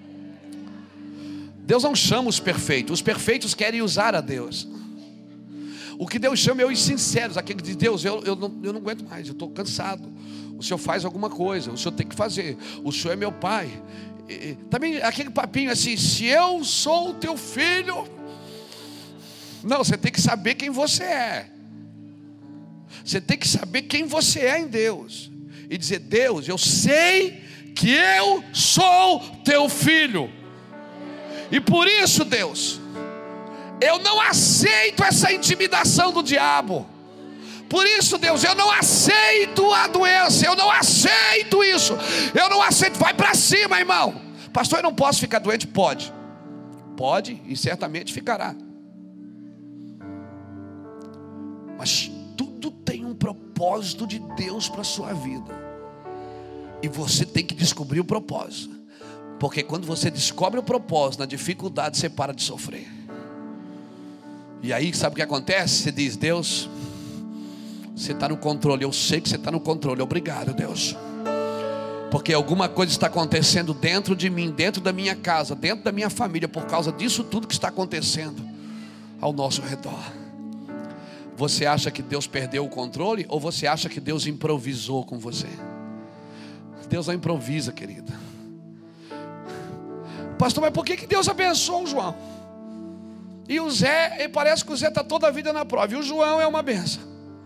Deus não chama os perfeitos, os perfeitos querem usar a Deus. O que Deus chama é os sinceros, aquele que diz, Deus, eu, eu, não, eu não aguento mais, eu estou cansado. O Senhor faz alguma coisa, o Senhor tem que fazer, o Senhor é meu pai. E, também aquele papinho assim, se eu sou o teu filho. Não, você tem que saber quem você é. Você tem que saber quem você é em Deus. E dizer, Deus, eu sei que eu sou teu filho. E por isso, Deus, eu não aceito essa intimidação do diabo. Por isso, Deus, eu não aceito a doença. Eu não aceito isso. Eu não aceito. Vai para cima, irmão. Pastor, eu não posso ficar doente? Pode. Pode e certamente ficará. Mas tudo tem um propósito de Deus para a sua vida. E você tem que descobrir o propósito. Porque quando você descobre o propósito, na dificuldade você para de sofrer. E aí sabe o que acontece? Você diz, Deus, você está no controle. Eu sei que você está no controle. Obrigado, Deus. Porque alguma coisa está acontecendo dentro de mim, dentro da minha casa, dentro da minha família, por causa disso tudo que está acontecendo ao nosso redor. Você acha que Deus perdeu o controle? Ou você acha que Deus improvisou com você? Deus não improvisa, querida. Pastor, mas por que que Deus abençoou o João? E o Zé, parece que o Zé está toda a vida na prova. E o João é uma benção.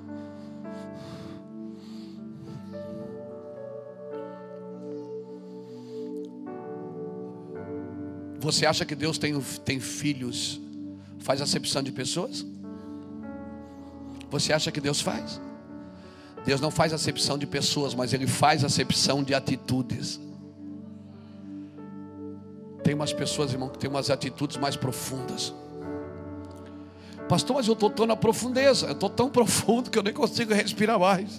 Você acha que Deus tem, tem filhos, faz acepção de pessoas? Você acha que Deus faz? Deus não faz acepção de pessoas, mas Ele faz acepção de atitudes. Tem umas pessoas, irmão, que tem umas atitudes mais profundas. Pastor, mas eu estou tão na profundeza. Eu estou tão profundo que eu nem consigo respirar mais.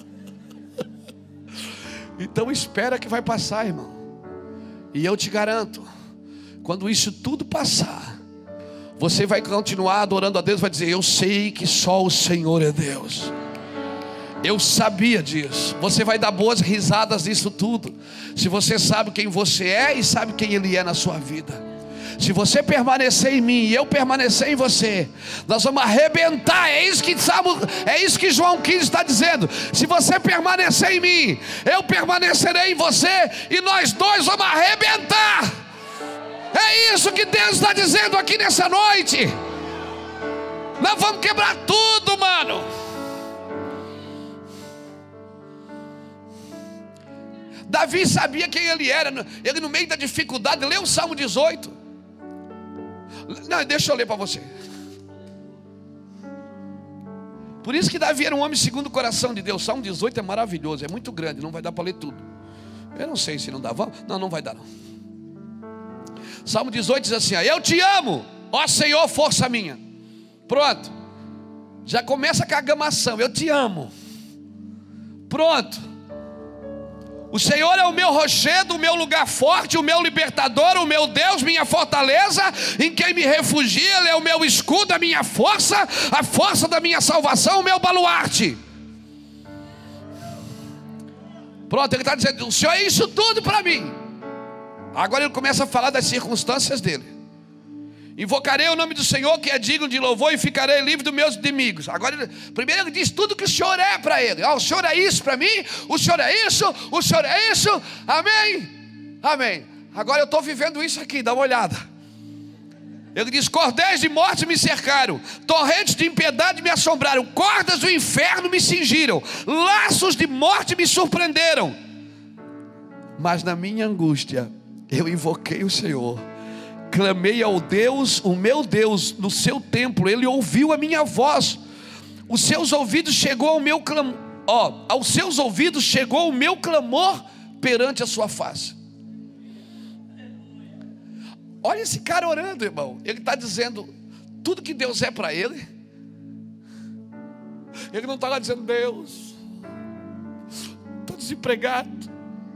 Então espera que vai passar, irmão. E eu te garanto, quando isso tudo passar, você vai continuar adorando a Deus. Vai dizer, eu sei que só o Senhor é Deus. Eu sabia disso. Você vai dar boas risadas disso tudo. Se você sabe quem você é e sabe quem Ele é na sua vida. Se você permanecer em mim e eu permanecer em você, nós vamos arrebentar. É isso que, é isso que João quinze está dizendo. Se você permanecer em mim, eu permanecerei em você, e nós dois vamos arrebentar. É isso que Deus está dizendo aqui nessa noite. Nós vamos quebrar tudo, mano. Davi sabia quem ele era. Ele, no meio da dificuldade, leu o Salmo dezoito. Não, deixa eu ler para você. Por isso que Davi era um homem segundo o coração de Deus. Salmo dezoito é maravilhoso, é muito grande, não vai dar para ler tudo. Eu não sei se não dá. Não, não vai dar não. Salmo dezoito diz assim, ó, eu te amo, ó Senhor, força minha. Pronto. Já começa com a gamação, eu te amo. Pronto. O Senhor é o meu rochedo, o meu lugar forte, o meu libertador, o meu Deus, minha fortaleza, em quem me refugio. Ele é o meu escudo, a minha força, a força da minha salvação, o meu baluarte. Pronto, ele está dizendo, o Senhor é isso tudo para mim. Agora ele começa a falar das circunstâncias dele. Invocarei o nome do Senhor, que é digno de louvor, e ficarei livre dos meus inimigos. Agora, ele, primeiro ele diz tudo que o Senhor é para ele. Oh, o Senhor é isso para mim, o Senhor é isso, o Senhor é isso. Amém, amém. Agora eu estou vivendo isso aqui, dá uma olhada. Ele diz, cordéis de morte me cercaram, torrentes de impiedade me assombraram, cordas do inferno me cingiram, laços de morte me surpreenderam. Mas na minha angústia eu invoquei o Senhor, clamei ao Deus, o meu Deus, no seu templo. Ele ouviu a minha voz. Os seus ouvidos chegou ao meu clamor, ó, aos seus ouvidos chegou o meu clamor perante a sua face. Olha esse cara orando, irmão. Ele está dizendo tudo que Deus é para ele. Ele não está lá dizendo: Deus, estou desempregado.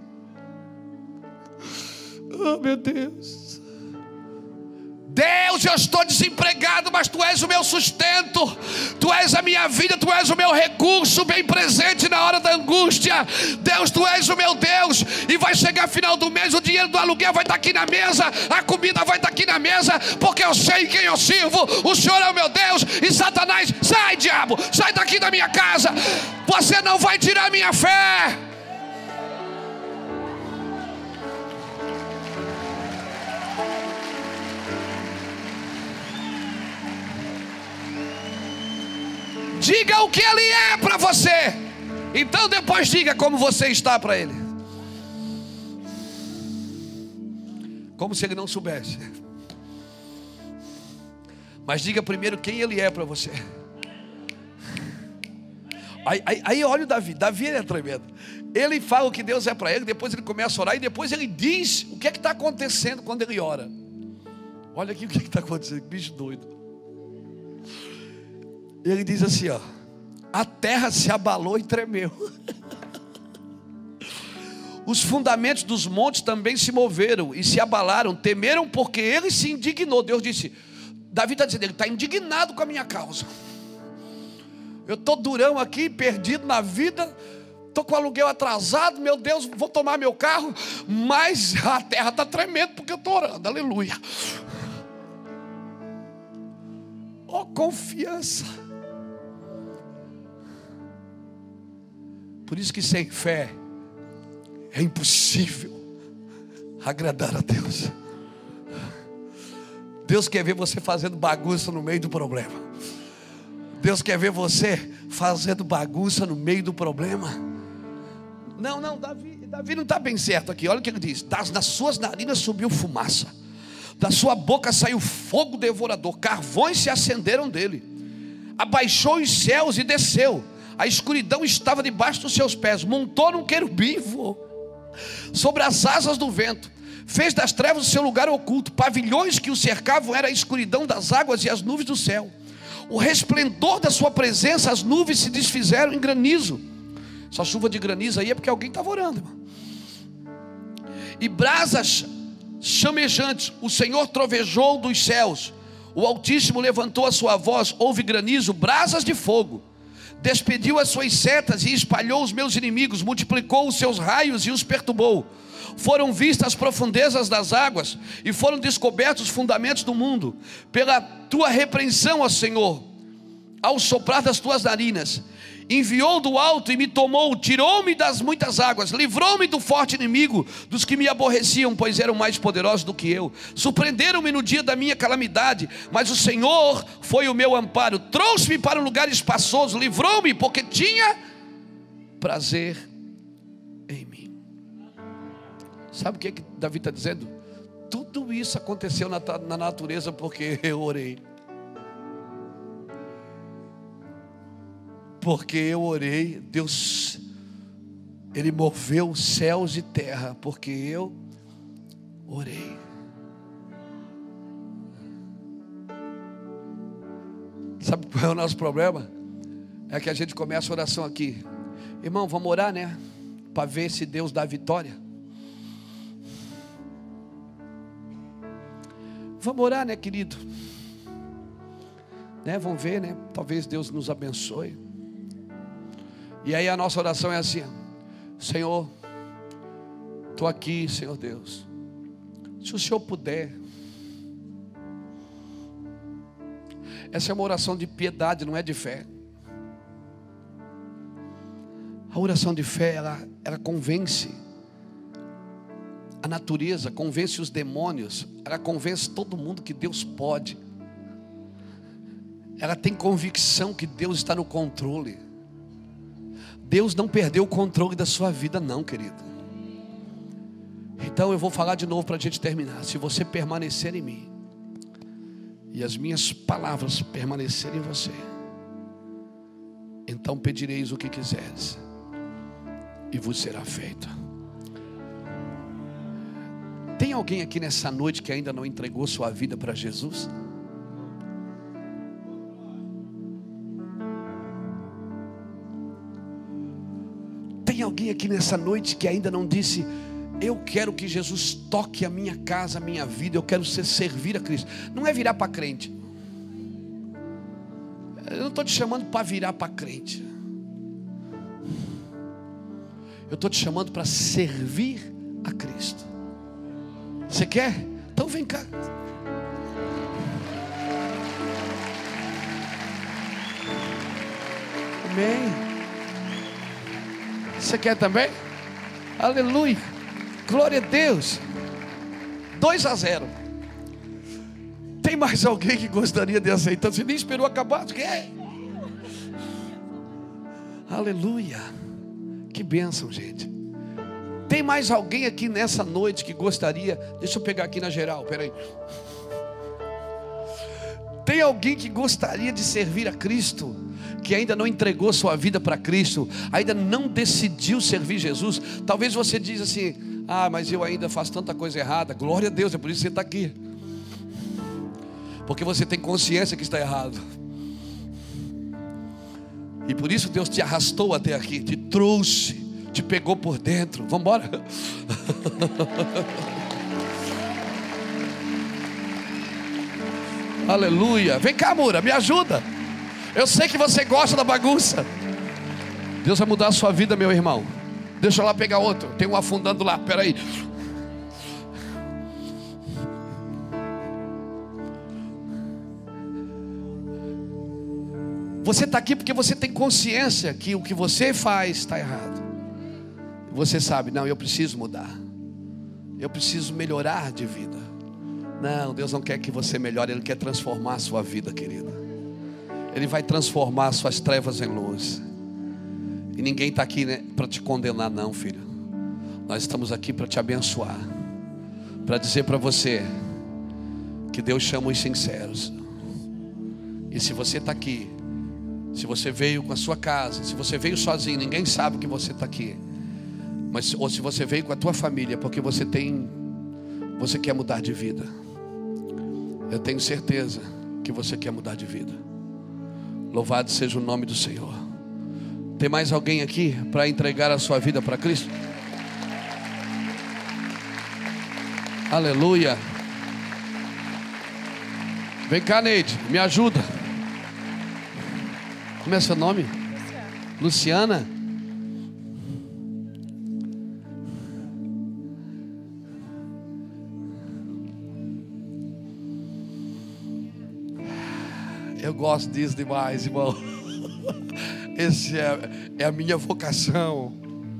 Oh, meu Deus. Deus, eu estou desempregado, mas Tu és o meu sustento, Tu és a minha vida, Tu és o meu recurso bem presente na hora da angústia. Deus, Tu és o meu Deus. E vai chegar final do mês, o dinheiro do aluguel vai estar aqui na mesa, a comida vai estar aqui na mesa, porque eu sei quem eu sirvo. O Senhor é o meu Deus. E Satanás, sai, diabo, sai daqui da minha casa. Você não vai tirar a minha fé. Diga o que Ele é para você. Então depois diga como você está para Ele. Como se Ele não soubesse. Mas diga primeiro quem Ele é para você. Aí, aí, aí olha o Davi. Davi ele é tremendo. Ele fala o que Deus é para ele. Depois ele começa a orar. E depois ele diz o que é que está acontecendo quando ele ora. Olha aqui o que é está acontecendo. Que bicho doido. Ele diz assim, ó: a terra se abalou e tremeu. Os fundamentos dos montes também se moveram e se abalaram, temeram porque ele se indignou. Deus disse, Davi está dizendo, ele está indignado com a minha causa. Eu estou durão aqui, perdido na vida, estou com o aluguel atrasado, meu Deus, vou tomar meu carro, mas a terra está tremendo porque eu estou orando, aleluia. Oh, confiança. Por isso que sem fé é impossível agradar a Deus. Deus quer ver você fazendo bagunça no meio do problema. Deus quer ver você fazendo bagunça no meio do problema. Não, não, Davi, Davi não está bem certo aqui. Olha o que ele diz: das, das suas narinas subiu fumaça, da sua boca saiu fogo devorador, carvões se acenderam dele. Abaixou os céus e desceu, a escuridão estava debaixo dos seus pés. Montou num querubim, voou sobre as asas do vento. Fez das trevas o seu lugar oculto. Pavilhões que o cercavam era a escuridão das águas e as nuvens do céu. O resplendor da sua presença, as nuvens se desfizeram em granizo. Essa chuva de granizo aí é porque alguém estava orando, irmão. E brasas chamejantes, o Senhor trovejou dos céus. O Altíssimo levantou a sua voz, houve granizo, brasas de fogo. Despediu as suas setas e espalhou os meus inimigos, multiplicou os seus raios e os perturbou. Foram vistas as profundezas das águas e foram descobertos os fundamentos do mundo. Pela tua repreensão, ó Senhor, ao soprar das tuas narinas, enviou do alto e me tomou, tirou-me das muitas águas, livrou-me do forte inimigo, dos que me aborreciam, pois eram mais poderosos do que eu. Surpreenderam-me no dia da minha calamidade, mas o Senhor foi o meu amparo. Trouxe-me para um lugar espaçoso, livrou-me, porque tinha prazer em mim. Sabe o que, é que Davi está dizendo? Tudo isso aconteceu na, na natureza porque eu orei. Porque eu orei, Deus, Ele moveu céus e terra, porque eu orei. Sabe qual é o nosso problema? É que a gente começa a oração aqui. Irmão, vamos orar, né? Para ver se Deus dá vitória. Vamos orar, né, querido? Né? Vamos ver, né? Talvez Deus nos abençoe. E aí a nossa oração é assim: Senhor, estou aqui, Senhor Deus. Se o Senhor puder. Essa é uma oração de piedade, não é de fé. A oração de fé, ela, ela convence a natureza, convence os demônios, ela convence todo mundo que Deus pode. Ela tem convicção que Deus está no controle. Deus não perdeu o controle da sua vida não, querido. Então eu vou falar de novo para a gente terminar. Se você permanecer em mim e as minhas palavras permanecerem em você, então pedireis o que quiseres e vos será feito. Tem alguém aqui nessa noite que ainda não entregou sua vida para Jesus? Tem alguém aqui nessa noite que ainda não disse: eu quero que Jesus toque a minha casa, a minha vida, eu quero ser, servir a Cristo? Não é virar para crente. Eu não estou te chamando para virar para crente. Eu estou te chamando para servir a Cristo. Você quer? Então vem cá. Amém. Você quer também? Aleluia. Glória a Deus. dois a zero. Tem mais alguém que gostaria de aceitar? Você nem esperou acabar? Quer? Aleluia. Que bênção, gente. Tem mais alguém aqui nessa noite que gostaria? Deixa eu pegar aqui na geral, peraí. Tem alguém que gostaria de servir a Cristo, que ainda não entregou sua vida para Cristo, ainda não decidiu servir Jesus? Talvez você diz assim: ah, mas eu ainda faço tanta coisa errada. Glória a Deus, é por isso que você está aqui, porque você tem consciência que está errado, e por isso Deus te arrastou até aqui, te trouxe, te pegou por dentro. Vamos embora. Aleluia. Vem cá, Mura, me ajuda. Eu sei que você gosta da bagunça. Deus vai mudar a sua vida, meu irmão. Deixa eu lá pegar outro. Tem um afundando lá, peraí. Você está aqui porque você tem consciência que o que você faz está errado. Você sabe: não, eu preciso mudar, eu preciso melhorar de vida. Não, Deus não quer que você melhore, Ele quer transformar a sua vida, querida. Ele vai transformar suas trevas em luz. E ninguém está aqui, né, para te condenar, não, filho. Nós estamos aqui para te abençoar, para dizer para você que Deus chama os sinceros. E se você está aqui, se você veio com a sua casa, se você veio sozinho, ninguém sabe que você está aqui, mas, ou se você veio com a tua família, porque você tem, você quer mudar de vida. Eu tenho certeza que você quer mudar de vida. Louvado seja o nome do Senhor. Tem mais alguém aqui para entregar a sua vida para Cristo? Aleluia. Vem cá, Neide, me ajuda. Como é seu nome? Luciana. Luciana? Eu gosto disso demais, irmão. Esse é, é a minha vocação.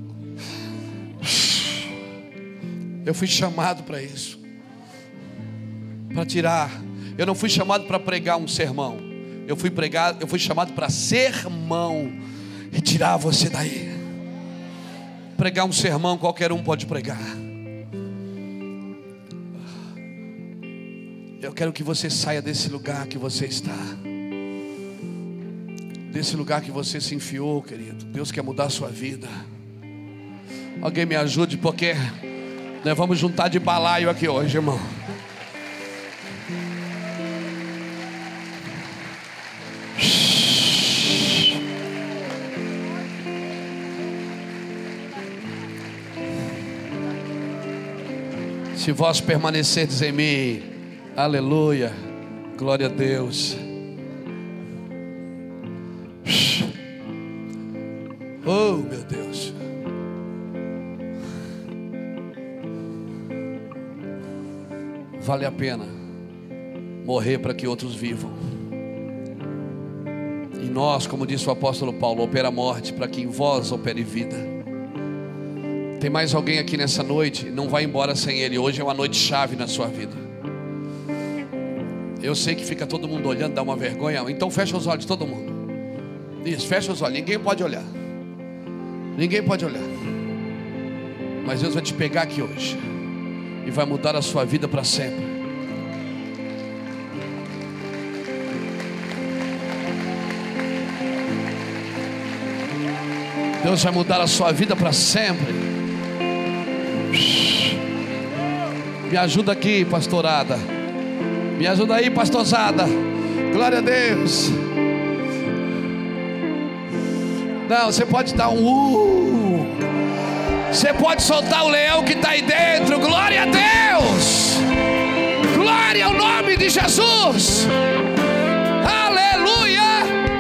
Eu fui chamado para isso, para tirar. Eu não fui chamado para pregar um sermão. Eu fui pregar, eu fui chamado para sermão e tirar você daí. Pregar um sermão qualquer um pode pregar. Eu quero que você saia desse lugar que você está, desse lugar que você se enfiou, querido. Deus quer mudar a sua vida. Alguém me ajude, porque nós vamos juntar de balaio aqui hoje, irmão. Se vós permanecerdes em mim, aleluia, glória a Deus. Oh, meu Deus. Vale a pena morrer para que outros vivam. E nós, como disse o apóstolo Paulo, opera a morte para que em vós opere vida. Tem mais alguém aqui nessa noite? Não vai embora sem ele. Hoje é uma noite chave na sua vida. Eu sei que fica todo mundo olhando, dá uma vergonha. Então fecha os olhos, todo mundo. Isso, fecha os olhos. Ninguém pode olhar. Ninguém pode olhar. Mas Deus vai te pegar aqui hoje e vai mudar a sua vida para sempre. Deus vai mudar a sua vida para sempre. Me ajuda aqui, pastorada. Me ajuda aí, pastorzada. Glória a Deus. Não, você pode dar um uh. Você pode soltar o leão que está aí dentro. Glória a Deus. Glória ao nome de Jesus. Aleluia.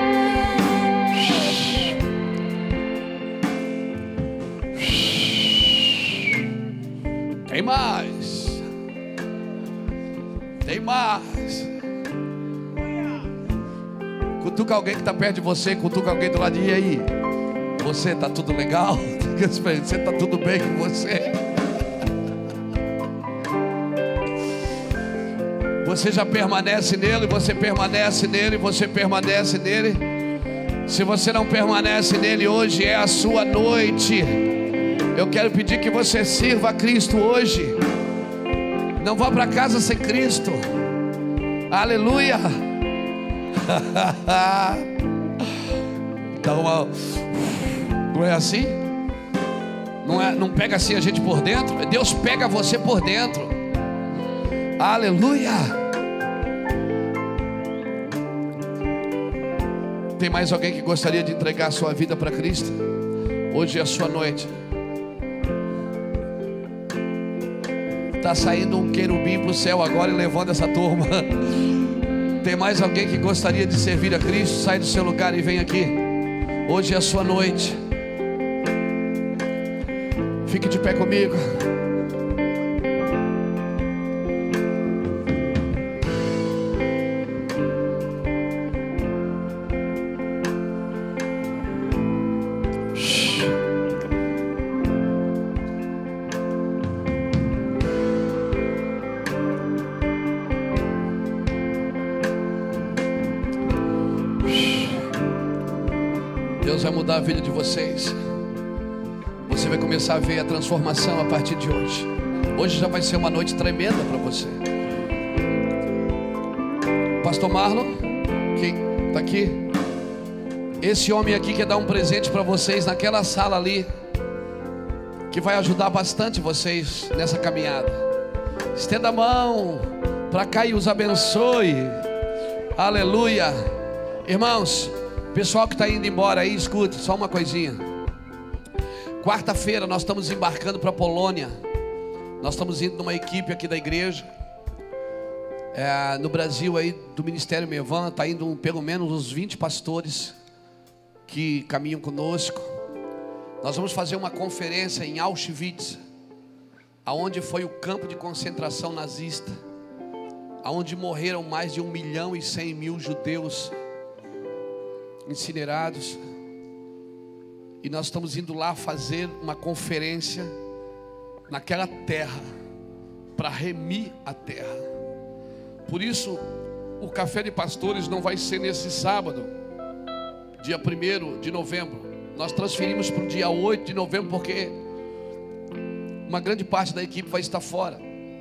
Tem mais. Tem mais. Cutuca alguém que está perto de você. Cutuca alguém do lado. E aí? Você está tudo legal? Você está tudo bem com você? Você já permanece nele, você permanece nele, você permanece nele. Se você não permanece nele, hoje é a sua noite. Eu quero pedir que você sirva a Cristo hoje. Não vá para casa sem Cristo. Aleluia. Então, não é assim? Não, é, não pega assim a gente por dentro. Deus pega você por dentro. Aleluia. Tem mais alguém que gostaria de entregar a sua vida para Cristo? Hoje é a sua noite. Está saindo um querubim para o céu agora e levando essa turma. Tem mais alguém que gostaria de servir a Cristo? Sai do seu lugar e vem aqui. Hoje é a sua noite. Fique de pé comigo. Deus vai mudar a vida de vocês. Você vai começar a ver a transformação a partir de hoje. Hoje já vai ser uma noite tremenda para você. Pastor Marlon, quem está aqui? Esse homem aqui quer dar um presente para vocês naquela sala ali, que vai ajudar bastante vocês nessa caminhada. Estenda a mão para cá e os abençoe. Aleluia. Irmãos, pessoal que está indo embora aí, escute, só uma coisinha. Quarta-feira nós estamos embarcando para a Polônia. Nós estamos indo numa equipe aqui da igreja, é, no Brasil aí, do Ministério Mevan. Está indo pelo menos uns vinte pastores que caminham conosco. Nós vamos fazer uma conferência em Auschwitz, aonde foi o campo de concentração nazista, aonde morreram mais de um milhão e cem mil judeus incinerados. E nós estamos indo lá fazer uma conferência naquela terra, para remir a terra. Por isso, o café de pastores não vai ser nesse sábado, dia primeiro de novembro. Nós transferimos para o dia oito de novembro, porque uma grande parte da equipe vai estar fora.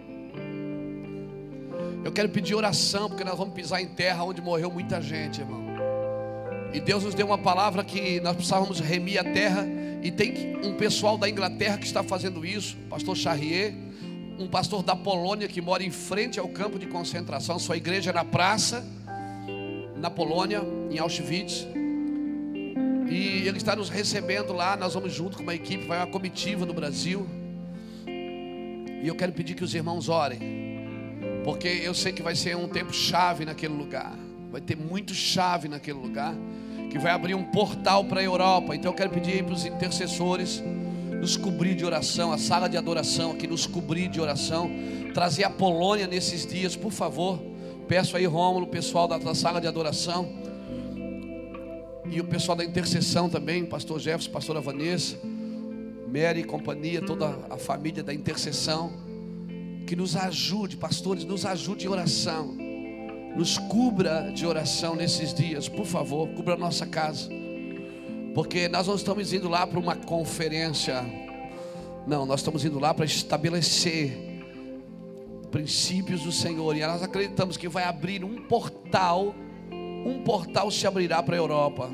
Eu quero pedir oração, porque nós vamos pisar em terra onde morreu muita gente, irmão. E Deus nos deu uma palavra que nós precisávamos remir a terra. E tem um pessoal da Inglaterra que está fazendo isso, pastor Charrier, um pastor da Polônia que mora em frente ao campo de concentração. Sua igreja é na praça, na Polônia, em Auschwitz. E ele está nos recebendo lá. Nós vamos junto com uma equipe, vai uma comitiva do Brasil. E eu quero pedir que os irmãos orem, porque eu sei que vai ser um tempo chave naquele lugar. Vai ter muito chave naquele lugar, que vai abrir um portal para a Europa. Então eu quero pedir aí para os intercessores nos cobrir de oração, a sala de adoração aqui nos cobrir de oração, trazer a Polônia nesses dias, por favor. Peço aí, Rômulo, o pessoal da, da sala de adoração e o pessoal da intercessão também, pastor Jefferson, pastora Vanessa, Mary e companhia, toda a família da intercessão, que nos ajude, pastores, nos ajude em oração. Nos cubra de oração nesses dias, por favor, cubra a nossa casa, porque nós não estamos indo lá para uma conferência, não, nós estamos indo lá para estabelecer princípios do Senhor, e nós acreditamos que vai abrir um portal, um portal se abrirá para a Europa,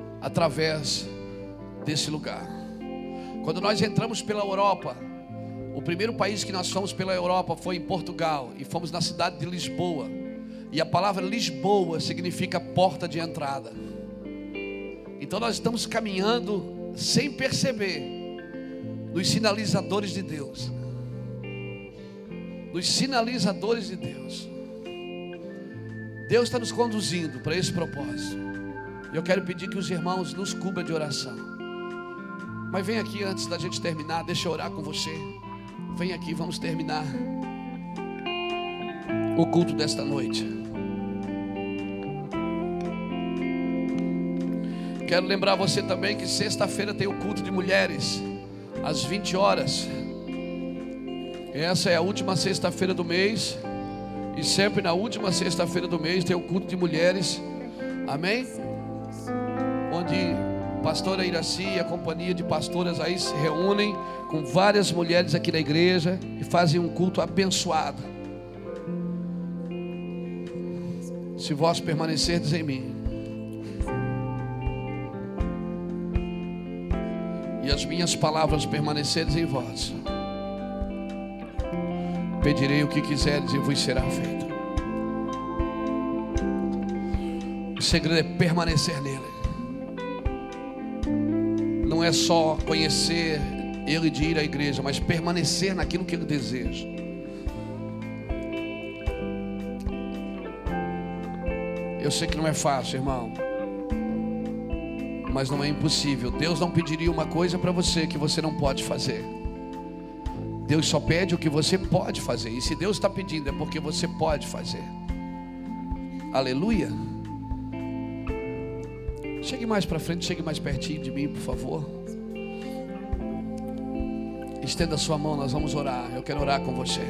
através desse lugar. Quando nós entramos pela Europa, O primeiro país que nós fomos pela Europa foi em Portugal, e fomos na cidade de Lisboa. E a palavra Lisboa significa porta de entrada. Então nós estamos caminhando sem perceber nos sinalizadores de Deus. Nos sinalizadores de Deus. Deus está nos conduzindo para esse propósito. E eu quero pedir que os irmãos nos cubram de oração. Mas vem aqui antes da gente terminar, deixa eu orar com você. Vem aqui, vamos terminar o culto desta noite. Quero lembrar você também que sexta-feira tem o culto de mulheres, às vinte horas. Essa é a última sexta-feira do mês. E sempre na última sexta-feira do mês tem o culto de mulheres. Amém? Onde a pastora Iraci e a companhia de pastoras aí se reúnem com várias mulheres aqui na igreja e fazem um culto abençoado. Se vós permanecerdes em mim e as minhas palavras permanecerdes em vós, pedirei o que quiseres e vos será feito. O segredo é permanecer nele. Não é só conhecer ele de ir à igreja, mas permanecer naquilo que ele deseja. Eu sei que não é fácil, irmão, mas não é impossível. Deus não pediria uma coisa para você que você não pode fazer. Deus só pede o que você pode fazer. E se Deus está pedindo é porque você pode fazer. Aleluia. Chegue mais para frente, chegue mais pertinho de mim, por favor. Estenda a sua mão, nós vamos orar. Eu quero orar com você.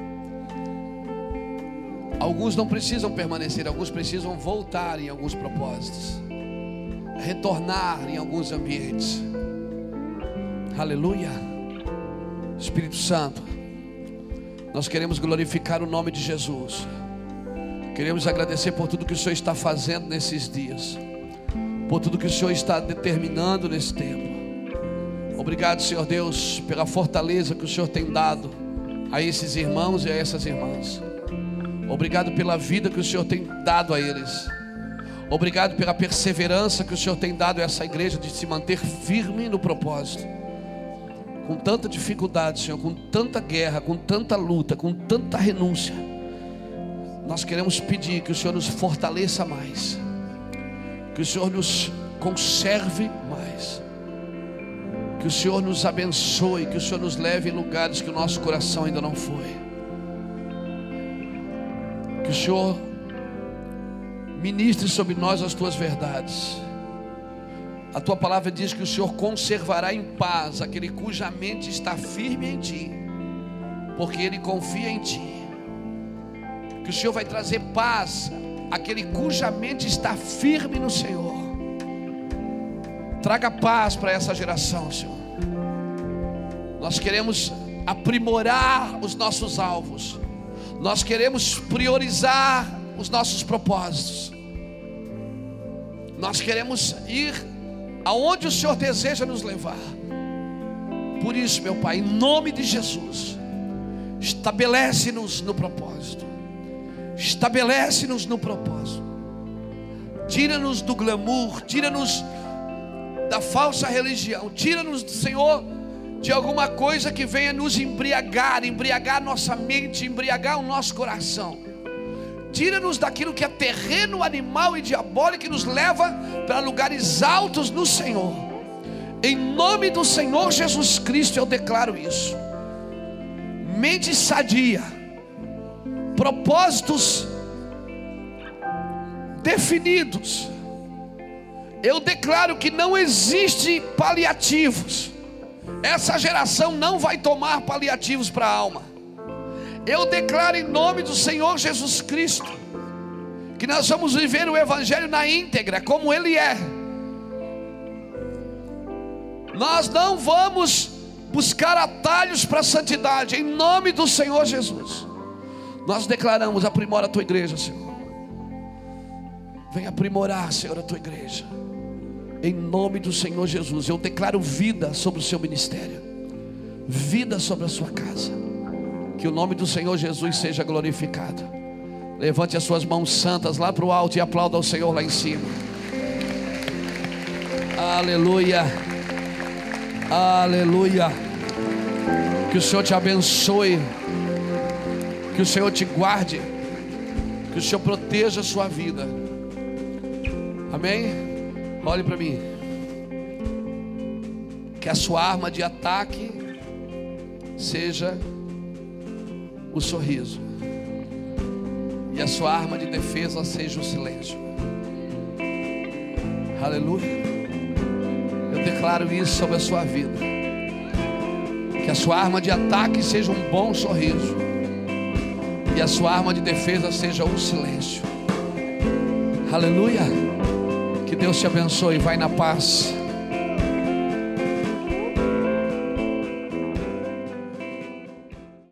Alguns não precisam permanecer, alguns precisam voltar em alguns propósitos, retornar em alguns ambientes. Aleluia. Espírito Santo, nós queremos glorificar o nome de Jesus. Queremos agradecer por tudo que o Senhor está fazendo nesses dias, por tudo que o Senhor está determinando nesse tempo. Obrigado, Senhor Deus, pela fortaleza que o Senhor tem dado a esses irmãos e a essas irmãs. Obrigado pela vida que o Senhor tem dado a eles. Obrigado pela perseverança que o Senhor tem dado a essa igreja de se manter firme no propósito. Com tanta dificuldade, Senhor, com tanta guerra, com tanta luta, com tanta renúncia, nós queremos pedir que o Senhor nos fortaleça mais, que o Senhor nos conserve mais, que o Senhor nos abençoe, que o Senhor nos leve em lugares que o nosso coração ainda não foi, que o Senhor ministre sobre nós as tuas verdades. A tua palavra diz que o Senhor conservará em paz aquele cuja mente está firme em ti, porque ele confia em ti. Que o Senhor vai trazer paz àquele cuja mente está firme no Senhor. Traga paz para essa geração, Senhor. Nós queremos aprimorar os nossos alvos. Nós queremos priorizar os nossos propósitos. Nós queremos ir aonde o Senhor deseja nos levar. Por isso, meu Pai, em nome de Jesus, estabelece-nos no propósito. Estabelece-nos no propósito. Tira-nos do glamour, tira-nos da falsa religião, tira-nos, Senhor, de alguma coisa que venha nos embriagar, embriagar nossa mente, embriagar o nosso coração. Tira-nos daquilo que é terreno, animal e diabólico, que nos leva para lugares altos no Senhor. Em nome do Senhor Jesus Cristo eu declaro isso. Mente sadia, propósitos definidos. Eu declaro que não existe paliativos. Essa geração não vai tomar paliativos para a alma. Eu declaro em nome do Senhor Jesus Cristo que nós vamos viver o Evangelho na íntegra, como Ele é. Nós não vamos buscar atalhos para a santidade. Em nome do Senhor Jesus, nós declaramos: aprimora a tua igreja, Senhor. Vem aprimorar, Senhor, a tua igreja. Em nome do Senhor Jesus, eu declaro vida sobre o seu ministério. vida sobre a sua casa. Que o nome do Senhor Jesus seja glorificado. Levante as suas mãos santas lá para o alto e aplauda ao Senhor lá em cima. Aleluia. Aleluia. Que o Senhor te abençoe. Que o Senhor te guarde. Que o Senhor proteja a sua vida. Amém? Olhe para mim. Que a sua arma de ataque seja o sorriso, e a sua arma de defesa seja o silêncio. Aleluia. Eu declaro isso sobre a sua vida. Que a sua arma de ataque seja um bom sorriso, e a sua arma de defesa seja o silêncio. Aleluia. Que Deus te abençoe. Vai na paz.